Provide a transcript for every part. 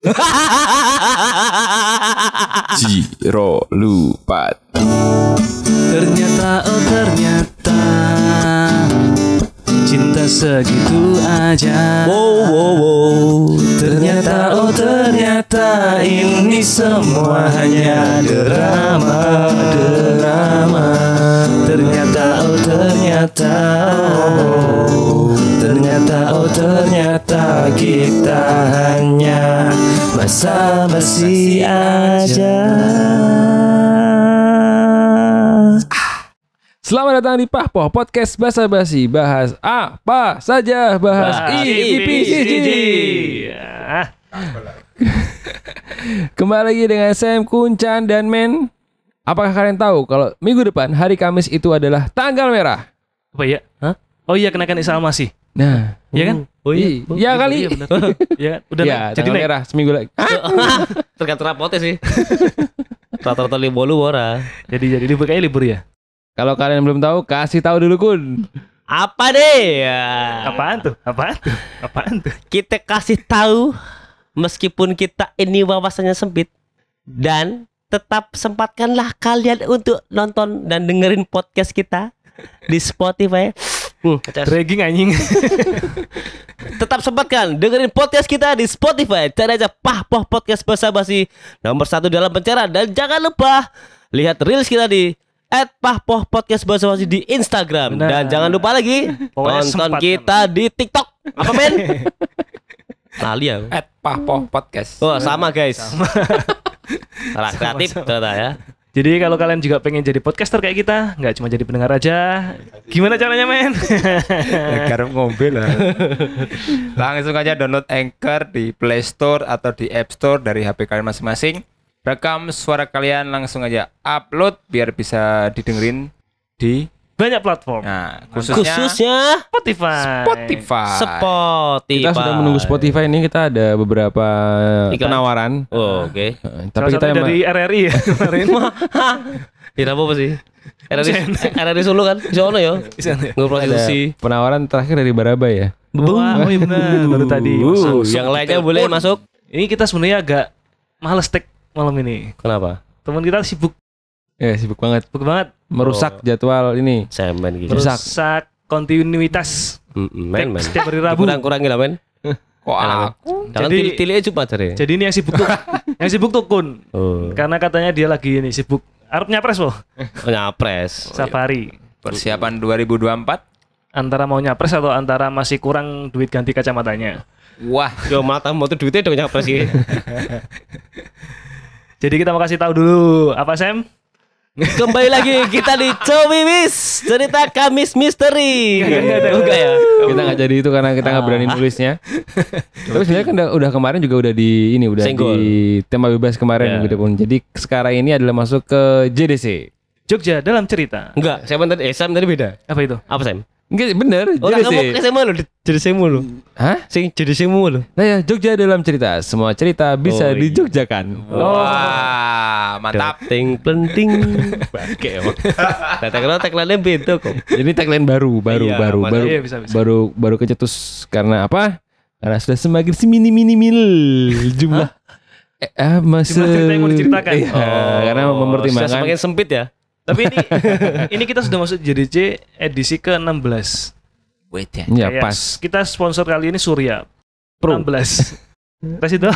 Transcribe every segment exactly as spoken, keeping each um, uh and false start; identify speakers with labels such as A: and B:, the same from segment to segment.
A: Jiro lupa.
B: Ternyata, oh ternyata cinta segitu aja.
C: Wow, wow, wow.
B: Ternyata, oh ternyata ini semua hanya drama, drama. Ternyata, oh ternyata, oh, ternyata, oh ternyata kita hanya basa-basi aja.
A: Selamat datang di Pahpoh Podcast Basa Basi. Bahas apa saja, bahas I P C G. Kembali lagi dengan Sam, Kuncan, dan Men. Apakah kalian tahu kalau minggu depan hari Kamis itu adalah tanggal merah?
B: Apa ya? Hah? Oh iya, kenakan Isa Al-Masih.
A: Nah,
B: Iya kan?
A: oh iya,
B: Oh,
A: ya
B: iya,
A: kali.
B: iya, benar. Iya kan? Udah
A: Ya,
B: naik. Jadi
A: tanggal
B: naik.
A: merah seminggu lagi.
C: Tergantung rapote sih. Rata-rata libur lu ora.
B: Jadi jadi libur kayaknya libur ya.
A: Kalau kalian belum tahu, kasih tahu dulu Kun.
C: Apa deh ya?
B: Apaan tuh? Apaan tuh? Apaan tuh?
C: Kita kasih tahu meskipun kita ini wawasannya sempit dan tetap sempatkanlah kalian untuk nonton dan dengerin podcast kita di Spotify. Hmm,
B: Dragging anjing.
C: tetap sempatkan dengerin podcast kita di Spotify. Cari aja Pahpoh Podcast Basa Basi nomor satu dalam pencarian, dan jangan lupa lihat reels kita di et pahpoh podcast Basa Basi di Instagram.
B: Benar.
C: Dan jangan lupa lagi
B: Pokoknya
C: nonton
B: sempat
C: kita di TikTok. Apa men? Lali ya.
A: At Pahpoh Podcast.
C: Oh sama guys. Salah kreatif ternyata ya.
B: Jadi kalau kalian juga pengen jadi podcaster kayak kita, nggak cuma jadi pendengar aja. Gimana caranya, Men?
A: Garam ngombe lah. Langsung aja download Anchor di Play Store atau di App Store dari H P kalian masing-masing. Rekam suara kalian, langsung aja upload biar bisa didengerin di
B: Banyak platform.
A: nah, khususnya,
C: Khususnya
B: Spotify.
A: Spotify.
C: Spotify.
A: Kita sudah menunggu Spotify ini, kita ada beberapa
C: Iklan.
A: penawaran.
C: Oh, oke.
A: Eh,
B: Salah
A: Tapi kita
B: satunya
A: emang
B: dari R R I ya kemarin.
C: Tidak apa-apa sih. R R I R R I Solo kan? Di sono ya.
B: Di sana ya?
C: Nggak
A: ada
C: prostitusi.
A: penawaran terakhir dari Baraba ya.
B: Wah, oh iya benar, baru tadi.
A: Uh,
C: Yang lainnya boleh masuk.
B: Ini kita sebenarnya agak males tag malam ini.
C: Kenapa?
B: Teman kita sibuk,
A: Ya sibuk banget,
B: sibuk banget.
A: merusak
C: Oh.
A: jadwal ini.
C: Semen gitu.
A: Merusak.
B: Merusak kontinuitas.
C: Men, men.
B: Setiap hari Rabu.
C: Kurang-kurangin lah men.
A: Kok
C: Enak.
A: aku?
C: Jangan
B: Jadi-
C: pilih-pilih aja Jumat hari.
B: Jadi ini yang sibuk tuh, yang sibuk tuh Kun.
C: Oh.
B: Karena katanya dia lagi ini sibuk. Arep nyapres loh,
C: Oh, nyapres.
B: safari.
A: Persiapan dua ribu dua puluh empat.
B: Antara mau nyapres atau antara masih kurang duit ganti kacamatanya.
A: Wah,
C: Yo mata mau tuh duitnya dong nyapres sih.
B: Jadi kita mau kasih tahu dulu apa Sam?
C: Kembali lagi kita di Cowiwis, cerita Kamis Misteri. Enggak ya?
A: kita nggak jadi itu karena kita nggak berani nulisnya. Tapi sebenarnya kan udah, udah kemarin juga udah di ini udah
C: Senggol.
A: di tema bebas kemarin
C: Ya.
A: gitu pun. Jadi sekarang ini adalah masuk ke J D C.
B: Jogja dalam cerita.
C: Enggak, Sam tadi eh Sam tadi beda.
B: Apa itu?
C: Apa Sam?
A: Enggak bener
C: Oh,
A: J D C.
C: kamu ke Sam lu, jadi Sam lu.
A: Hah?
C: Sing jadi Sam lu.
A: Nah ya Jogja dalam cerita. Semua cerita bisa
C: Oh, iya.
A: dijogjakan.
C: Oh.
A: Wah, mantap.
C: Ting penting. Bangke emang. Tagline tagline beda kok.
A: Jadi tagline baru, baru,
C: Iya,
A: baru,
C: mana-
A: baru,
B: iya, bisa, bisa.
A: baru, baru kecetus karena apa? Karena sudah semakin semini mini mil jumlah. Eh, ah, masa
B: Jumlah cerita yang mau diceritakan.
A: Iya, karena
C: sudah
A: mempertimbangkan.
C: semakin sempit ya.
B: Tapi ini ini kita sudah masuk J D C edisi ke enam belas.
A: Wait ya. Ya
B: Kayak
A: pas.
B: Kita sponsor kali ini Surya
A: Pro.
B: enam belas. Tes itu.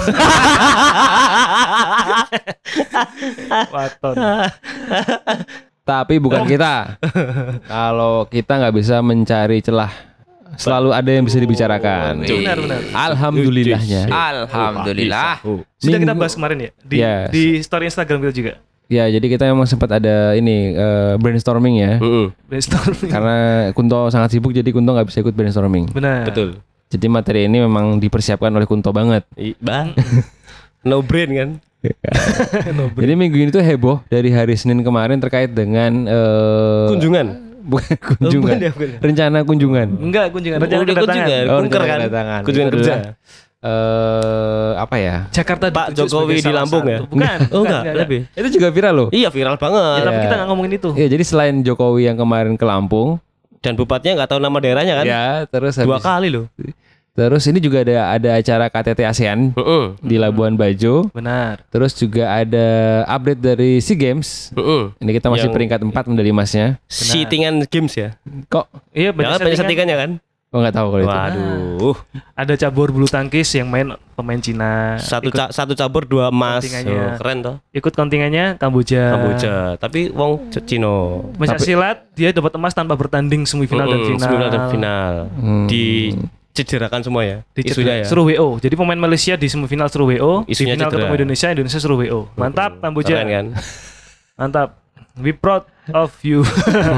B: Waton.
A: Tapi bukan kita. Kalau kita nggak bisa mencari celah, selalu ada yang bisa dibicarakan.
B: Benar, benar.
A: Alhamdulillahnya.
D: Alhamdulillah.
B: Sudah kita
A: Minggu-
B: bahas kemarin ya di
A: Yes.
B: di story Instagram kita juga.
A: Ya, jadi kita memang sempat ada ini eh, brainstorming ya.
C: Heeh.
B: Brainstorming.
A: Karena Kunto sangat sibuk, jadi Kunto nggak bisa ikut brainstorming.
B: Benar.
C: Betul.
A: Jadi materi ini memang dipersiapkan oleh Kunto banget.
C: I- Bang. No brain kan?
A: Jadi minggu ini tuh heboh dari hari Senin kemarin terkait dengan eh,
C: Kunjungan.
A: bukan kunjungan,
C: bukan ya, bukan ya.
A: rencana kunjungan.
B: Enggak kunjungan, rencana
C: Udah
B: kedatangan.
C: kunjungan.
A: Oh,
C: Kunker
A: rencana
C: kan?
A: kedatangan.
C: Kunjungan
A: Itu
C: kerja.
A: adalah, eh apa ya?
B: Jakarta
C: Pak
B: dituju
C: Jokowi
B: sebagai
C: di
B: salah
C: Lampung ya?
B: satu. Bukan.
C: Oh, enggak, lebih.
A: Itu juga viral loh.
C: Iya viral
B: Ya,
C: banget.
B: tapi
A: Iya.
B: kita nggak ngomongin itu.
A: Iya, jadi selain Jokowi yang kemarin ke Lampung,
C: Dan bupatinya nggak tahu nama daerahnya kan?
A: ya terus
C: Dua
A: habis,
C: kali loh.
D: Terus ini juga ada ada acara K T T ASEAN
C: Heeh.
D: di Labuan Bajo.
B: Benar.
D: Terus juga ada update dari SEA Games.
C: Heeh.
D: Ini kita masih
C: Yang-
D: peringkat empat medali emasnya.
C: Seatingan games ya.
D: Kok
B: Iya,
C: Jangan banyak settingannya kan?
D: kok nggak tahu kalau itu?
C: Waduh.
B: Ada cabur bulu tangkis yang main pemain Cina.
C: Satu
B: ikut,
C: ca- satu cabur dua emas.
B: Kontingen-nya.
C: Oh, keren toh.
B: ikut kontingennya Kamboja.
C: Kamboja. Tapi wong C- Cino.
B: Pencak silat dia dapat emas tanpa bertanding semifinal dan
C: Mm-mm,
B: final.
C: semifinal dan final.
D: Hmm.
C: Dicederakan semua ya.
B: Dicedera-
C: Isunya ya.
B: Suruh W O. Jadi pemain Malaysia di semifinal suruh W O, di
C: Isunya
B: final
C: cedera.
B: ketemu Indonesia, Indonesia suruh W O. Mantap Kamboja.
C: Keren kan?
B: Mantap. We proud of you.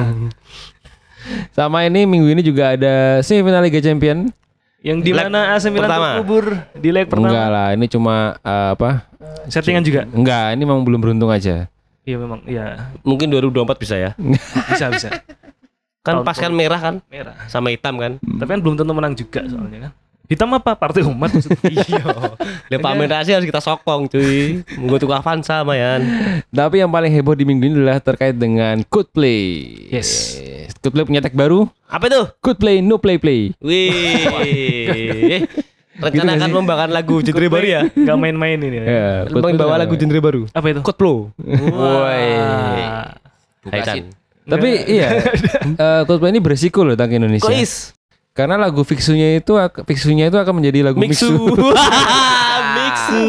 D: Sama ini minggu ini juga ada semifinal Liga Champion.
B: Yang di
C: Leg
B: mana A C Milan
C: pertama.
B: terkubur di leg
D: Enggak
B: pertama.
D: lah, ini cuma eh, apa?
B: Settingan juga.
D: Enggak, ini memang belum beruntung aja.
B: Iya memang, iya.
C: Mungkin dua ribu dua puluh empat bisa ya.
B: Bisa bisa.
C: Kan
B: Tahun
C: pas kan merah kan
B: Merah.
C: sama hitam kan.
B: Tapi kan belum tentu menang juga soalnya kan. Hitam apa? Partai umat maksudnya.
C: Iya. Lah Pak Amin Rais harus kita sokong cuy. Munggo tuku Avanza Mayan.
D: Tapi yang paling heboh di minggu ini adalah terkait dengan Coldplay.
B: Yes.
D: Coldplay punya tag baru.
C: Apa itu?
D: Coldplay no play play.
C: Wih. Rencana
D: Gitu
C: akan
D: nggak sih?
C: membawakan lagu genre baru ya.
B: Gak main-main ini. Ya.
D: Ya,
C: Bang bawa lagu genre baru.
B: Apa itu?
C: Coldplay.
B: Woi.
C: Hai Chan.
D: Tapi iya, eh, Coldplay ini beresiko loh tentang Indonesia.
C: Kois.
D: Karena lagu Fixunya itu ak- Fixunya itu akan menjadi lagu
C: Mixu.
D: Mixu.
C: Mixu.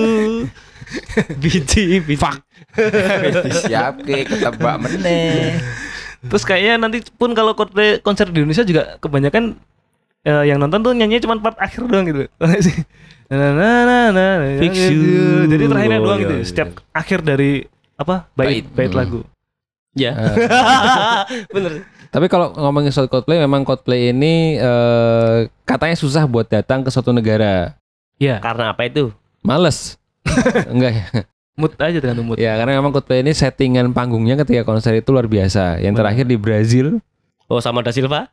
C: Biji, biji.
D: Fuck.
A: Siap ke ketebak meneh.
B: Terus kayaknya nanti pun kalau Coldplay konser di Indonesia juga kebanyakan eh, yang nonton tuh nyanyinya cuma part akhir doang gitu. Tahu nggak sih? Na, na, na, na, na,
C: Fix
B: gitu.
C: you.
B: Jadi terakhirnya
C: Oh,
B: doang
C: iya,
B: gitu.
C: iya.
B: Setiap akhir dari apa? Bait
A: Bait.
B: bait
D: Hmm.
B: lagu.
C: Ya. Bener.
D: Tapi kalau ngomongin soal Coldplay, memang Coldplay ini eh, katanya susah buat datang ke suatu negara.
B: Iya.
C: Karena apa itu?
D: Males. Enggak ya.
B: Mood aja tergantung mood.
D: Ya, karena memang Coldplay ini settingan panggungnya ketika konser itu luar biasa. Yang terakhir di Brazil.
C: Oh sama Da Silva?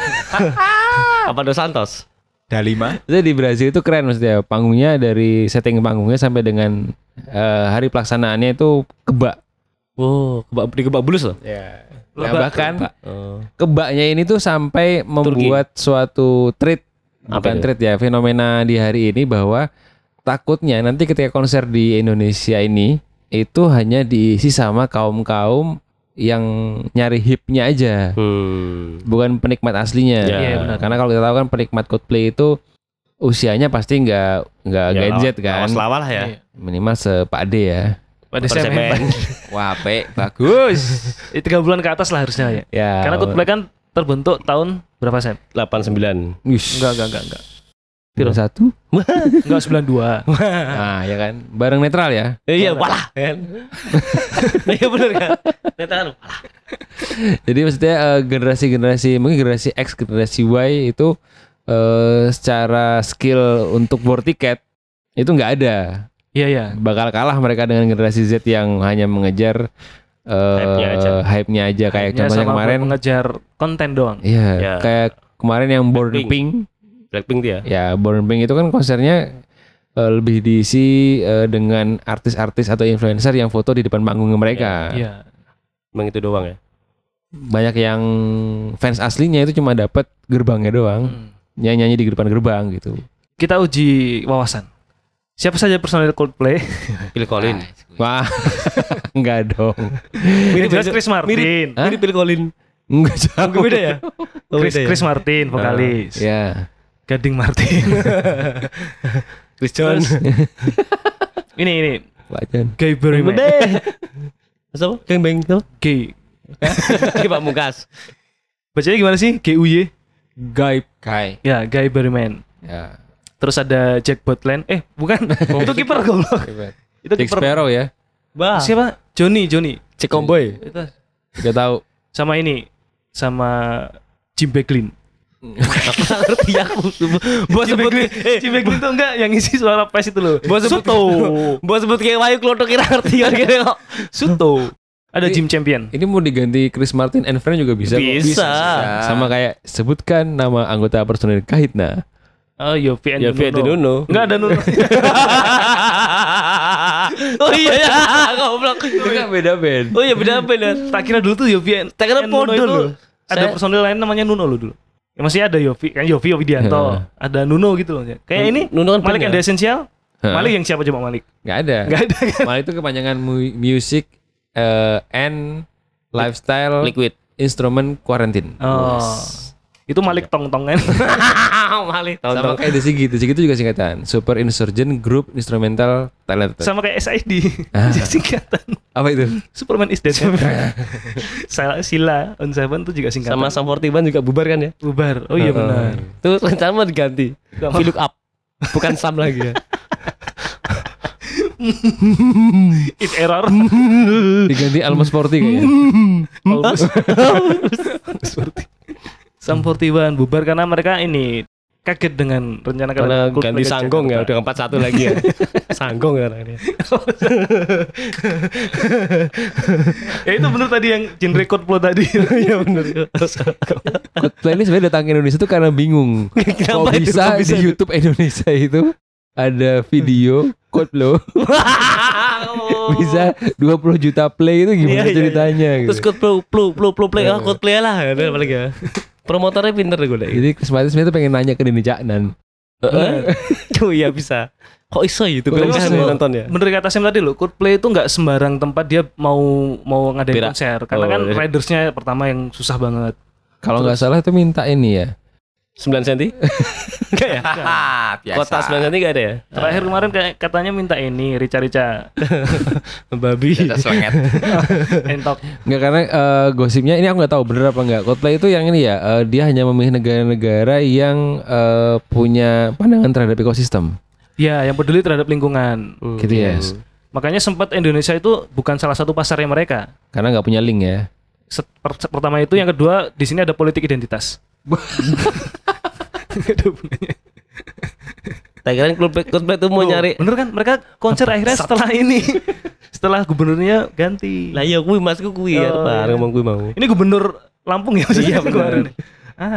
C: Apa Dos Santos?
A: Dalima.
D: Itu di Brazil itu keren maksudnya. Panggungnya dari setting panggungnya sampai dengan eh, hari pelaksanaannya itu kebak.
C: Oh, kebak di kebak bulus loh.
D: Ya.
B: Kebak,
D: bahkan
C: Oh.
D: kebaknya ini tuh sampai membuat suatu treat,
C: Apa
D: bukan
C: itu?
D: treat ya, fenomena di hari ini bahwa takutnya nanti ketika konser di Indonesia ini itu hanya diisi sama kaum-kaum yang nyari hipnya aja,
C: Hmm.
D: bukan penikmat aslinya.
C: Ya.
B: Iya, benar.
D: Karena kalau kita tahu kan penikmat Coldplay itu usianya pasti nggak nggak
C: Ya,
D: gadget
C: lawas-
D: kan,
C: Lawas-lawas lah ya.
B: Iya.
D: minimal sepade ya.
B: Pada
C: Pada
B: semen.
C: semen.
A: Wah, pe, bagus.
B: Eh, Tiga bulan ke atas lah harusnya ya.
D: Ya.
B: Karena Coldplay kan terbentuk tahun berapa Sam?
C: delapan sembilan.
D: Wish.
B: Enggak, enggak, enggak, enggak.
D: Piro satu?
B: Enggak sembilan dua.
D: Nah, ya kan, bareng netral ya.
C: Eh, iya, walah kan. Iya bener kan? Ternyata kan walah.
D: Jadi maksudnya eh, generasi-generasi mungkin generasi X, generasi Y itu eh, secara skill untuk board tiket itu nggak ada.
B: Iya, iya.
D: Bakal kalah mereka dengan generasi Z yang hanya mengejar eh,
C: Hype-nya aja.
D: hype-nya aja kayak
B: Hanya
D: contohnya
B: sama
D: kemarin.
B: buat mengejar konten doang.
D: Iya,
C: Ya.
D: kayak kemarin yang Born
C: Blackpink.
D: Pink.
C: Blackpink dia.
D: Ya, Born Pink itu kan konsernya eh, lebih diisi eh, dengan artis-artis atau influencer yang foto di depan panggungnya mereka.
B: Iya.
C: Emang itu doang ya.
D: Banyak yang fans aslinya itu cuma dapat gerbangnya doang.
B: Hmm.
D: Nyanyi-nyanyi di depan gerbang gitu.
B: Kita uji wawasan. Siapa saja personil Coldplay?
C: Phil Collins.
D: Wah, enggak dong.
B: Mirip jelas Chris Martin.
C: Mirip,
D: Hah?
C: mirip Phil Collins.
D: Enggak jauh.
C: Enggak beda ya? Oh,
B: Chris,
C: beda ya?
B: Chris Martin, vokalis.
D: Ya.
B: Gading Martin.
C: Chris Jones.
B: ini ini
D: Wajan.
B: Guy Berryman.
C: Siapa? Geng Beng tuh.
B: Gay.
C: Pak Mukas.
B: Bacanya gimana sih? G U Y.
D: Gaib.
A: Kai.
B: Ya, Guy Berryman.
D: Ya.
B: Terus ada Jack Butland. Eh, bukan. Itu kiper goblok. Itu
D: Jack
B: kiper.
D: Sparrow ya.
C: Bah.
B: Siapa? Johnny, Johnny.
C: Cek Comboy.
B: Itu
D: Enggak tahu.
B: sama ini sama Jim Beglin.
C: Aku nggak ngerti aku. Bos
B: Jim
C: sebut
B: Beglin,
C: eh
B: Jim Beglin tuh enggak yang isi suara pes itu loh.
C: Bos sebut
B: Suto.
C: Bos sebut kayak Wayu Klothok kira ngerti kan kira kok.
B: Suto. Ada
D: Ini-
B: Jim Champion.
D: Ini mau diganti Chris Martin and Friend juga bisa. kok.
C: Bisa.
D: Sama kayak sebutkan nama anggota personil Kahitna.
B: Oh, Yofi and
C: Yofi and
B: Nuno.
C: Nuno.
B: Enggak ada Nuno.
C: Oh iya ya, goblok.
D: Itu kan beda band.
C: Oh iya beda beda.
B: Tak kira dulu tuh Yofi and
C: Tak kira
B: and Nuno
C: podo
B: itu
C: loh.
B: Ada
C: Saya-
B: personil lain namanya Nuno loh dulu. Ya, masih ada Yofi, kan Yofi Widianto,
D: Heeh.
B: ada Nuno gitu loh. Kayak ini
C: Nuno kan
B: Malik
C: band
B: and
C: ya?
B: the Essential.
D: Heeh.
B: Malik yang siapa coba Malik?
D: Nggak ada.
B: Enggak ada kan?
D: Malah itu kepanjangan mu- music eh, and lifestyle
C: Liquid.
D: instrument quarantine.
B: Oh. Itu Malik Tong-Tong kan.
C: Malik
D: Sama kayak Desi gitu, Desi gitu juga singkatan. Super Insurgent Group Instrumental Talented.
B: Sama kayak S I D.
D: Ah.
B: Singkatan.
D: Apa itu?
B: Superman is dead. Sila, Sila on Seven itu juga singkatan.
C: sama Sam empat puluh satu juga bubar kan ya?
B: bubar. Oh iya benar.
C: Tuh rencana mau diganti. Look up. Bukan Sam lagi ya.
B: It error.
D: Diganti Almost empat puluh kayaknya.
B: Almost. Seperti Sam empat puluh satu bubar karena mereka ini kaget dengan rencana
C: Karena
B: Coldplay
C: ganti
B: ke
C: Sanggong ya,
B: Jakarta.
C: udah empat satu lagi ya. Sanggong ya orangnya.
B: Ya itu bener tadi yang genre Coldplay tadi.
C: Iya benar.
D: Coldplay ini sebenarnya datang ke Indonesia tuh karena bingung. Kok
C: Kenapa itu?
D: bisa,
C: Kok bisa
D: di YouTube Indonesia itu ada video Coldplay bisa dua puluh juta play itu gimana
C: Iya, iya,
D: ceritanya gitu.
C: Terus code play play play play play ah code play lah ada apa lagi ya. Promotornya pinter deh gue deh.
D: Jadi kesempatan sebenarnya tuh pengen nanya ke Denny Caknan.
C: Oh iya bisa. Kok iso YouTube
D: Kok
C: kan
D: iso?
C: bisa nonton ya?
B: Bener kata Sam tadi loh, Coldplay itu nggak sembarang tempat dia mau mau ngadain
C: Berak.
B: konser karena
C: Oh,
B: kan
C: iya.
B: ridersnya pertama yang susah banget.
D: Kalau nggak salah itu minta ini ya.
C: sembilan senti? Enggak ya?
A: Ah, biasa.
C: Kota sembilan senti enggak ada ya?
B: Terakhir kemarin kayak katanya minta ini rica-rica
C: Babi.
A: Biasa selenget.
B: entok.
D: Nggak karena eh, gosipnya ini aku nggak tahu bener apa nggak. Coldplay itu yang ini ya, eh, dia hanya memilih negara-negara yang eh, punya pandangan terhadap ekosistem.
B: Ya, yang peduli terhadap lingkungan.
D: Gitu ya.
B: Makanya sempat Indonesia itu bukan salah satu pasarnya mereka.
D: Karena nggak punya link ya.
B: Set- per- pertama itu, yang kedua di sini ada politik identitas. Nggak ada hubungannya.
C: Tak kira Coldplay Coldplay tuh mau
B: Oh,
C: nyari.
B: bener kan? Mereka konser akhirnya setelah ini, setelah gubernurnya ganti.
C: Lah iya kuwi masku kuwi ya,
B: Oh,
C: Pak.
B: iya.
C: Ngomong kuwi mau.
B: Ini gubernur Lampung ya maksudnya
C: Iya, bener.
B: kemarin. Ah.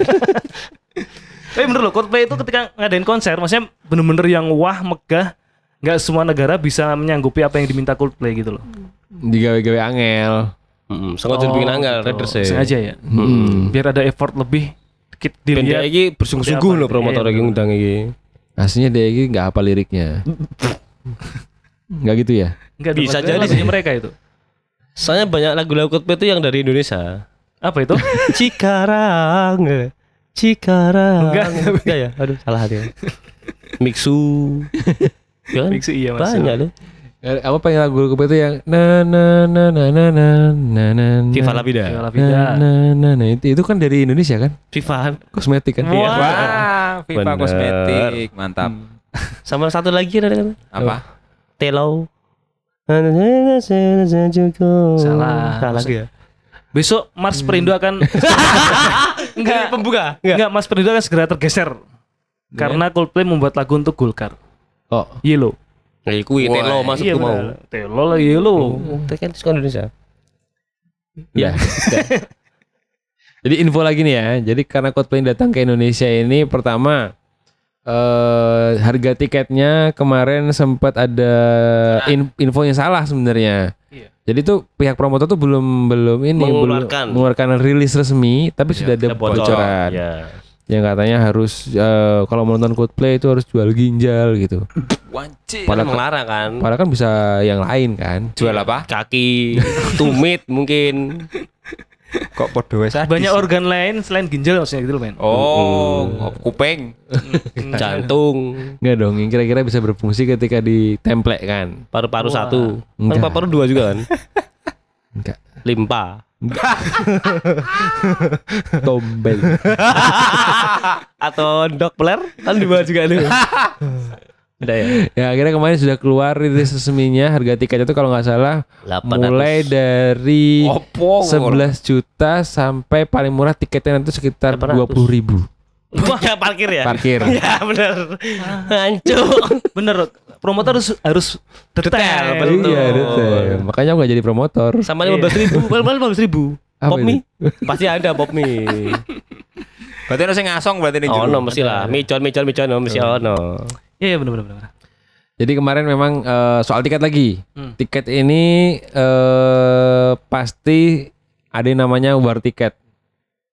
B: Tapi bener loh, Coldplay itu ketika ngadain konser, maksudnya bener-bener yang wah, megah. Nggak semua negara bisa menyanggupi apa yang diminta Coldplay gitu loh.
D: Digawe-gawe angel.
C: Heeh, sengaja bikin anggal
B: gitu.
C: Raiders ya.
B: Sengaja ya.
D: Hmm.
B: Biar ada effort lebih dikit
C: Ben
B: dilihat.
C: iki bersungguh-sungguh
B: Seperti
C: loh
B: apa?
C: promotor
B: Iya,
C: iki
B: betul.
C: ngundang iki.
D: Aslinya dia ini nggak hafal liriknya. Nggak gitu ya?
B: Enggak
C: Bisa jadi
B: lagunya
C: sih.
B: mereka itu.
C: Soalnya banyak lagu-lagu Coldplay itu yang dari Indonesia.
B: Apa itu?
C: Cikarang. Cikarang.
B: Enggak.
C: Enggak ya? Aduh, salah hati. Mixu. Ya kan?
B: Mixu, iya, Mas.
C: Banyak loh.
D: Eh, Apa pengen lagu lagu itu yang na na na na na na na na
C: Viva
D: na
C: la vida.
B: Viva la
D: na
B: vida.
D: na na na itu itu kan dari Indonesia kan?
C: Viva.
D: Kosmetik kan?
C: Wah.
A: Wah, Viva
C: Bener.
A: Kosmetik, mantap.
C: Sama satu lagi ada kan?
A: Apa?
C: Telo.
B: Salah.
C: Salah lagi ya.
B: Besok Mars Perindo akan enggak
C: Pembuka.
B: enggak Mars Perindo akan segera tergeser. Karena Coldplay membuat lagu untuk Golkar.
D: Oh,
B: Yellow.
C: Ya kuwi
A: Wah,
C: Telo masuk
B: Iya
C: tuh mau.
B: benar. Telo lah Yellow.
C: Itu kan suka Indonesia.
D: ya. Jadi info lagi nih ya. Jadi karena Coldplay datang ke Indonesia ini pertama eh harga tiketnya kemarin sempat ada in- info yang salah sebenarnya.
B: Iya.
D: Jadi tuh pihak promotor tuh belum belum ini belum
C: Mengeluarkan.
D: mengeluarkan rilis resmi, tapi sudah ada
C: Ada bocor.
D: bocoran.
C: Ya.
D: Yang katanya harus eh, kalau menonton Coldplay itu harus jual ginjal gitu.
A: Wajib.
C: Padahal
D: Padahal-
C: melarang kan.
D: Padahal kan bisa yang lain kan.
A: Jual apa?
C: Kaki, tumit mungkin.
A: Kok podo wes sadis?
B: Banyak organ lain selain ginjal maksudnya gitu loh, men.
A: Oh, kuping.
C: Jantung,
D: Enggak dong, yang kira-kira bisa berfungsi ketika ditemplek kan.
C: paru-paru
B: Wah.
C: satu. Kan
D: Enggak.
C: paru-paru dua juga kan.
D: Enggak.
C: Limpa.
D: Tombel.
C: Atau Doppler kan dua juga tuh. Ada ya?
D: Ya akhirnya kemarin sudah keluar rilis resminya, harga tiketnya tuh kalau nggak salah
C: delapan ratus.
D: mulai dari
A: Opo.
D: sebelas juta sampai paling murah tiketnya nanti sekitar
C: delapan ratus.
D: dua puluh ribu.
C: Wah, ya parkir ya?
D: Parkir.
C: Ya benar. Hancur.
B: Bener, promotor harus harus detail.
C: Detail,
B: betul.
C: betul.
D: Iya, betul. Makanya aku nggak jadi promotor.
C: Sama lima belas ribu, berapa lima belas ribu?
D: Apa
C: Pop mie? Pasti ada pop mie.
A: Berarti ono sing ngasong berarti ini.
C: Oh no, mesti lah. Micon, micon, micon, no, mesti ono.
B: Iya, bener bener bener.
D: Jadi kemarin memang eh, soal tiket lagi.
B: Hmm.
D: Tiket ini eh, pasti ada yang namanya war tiket.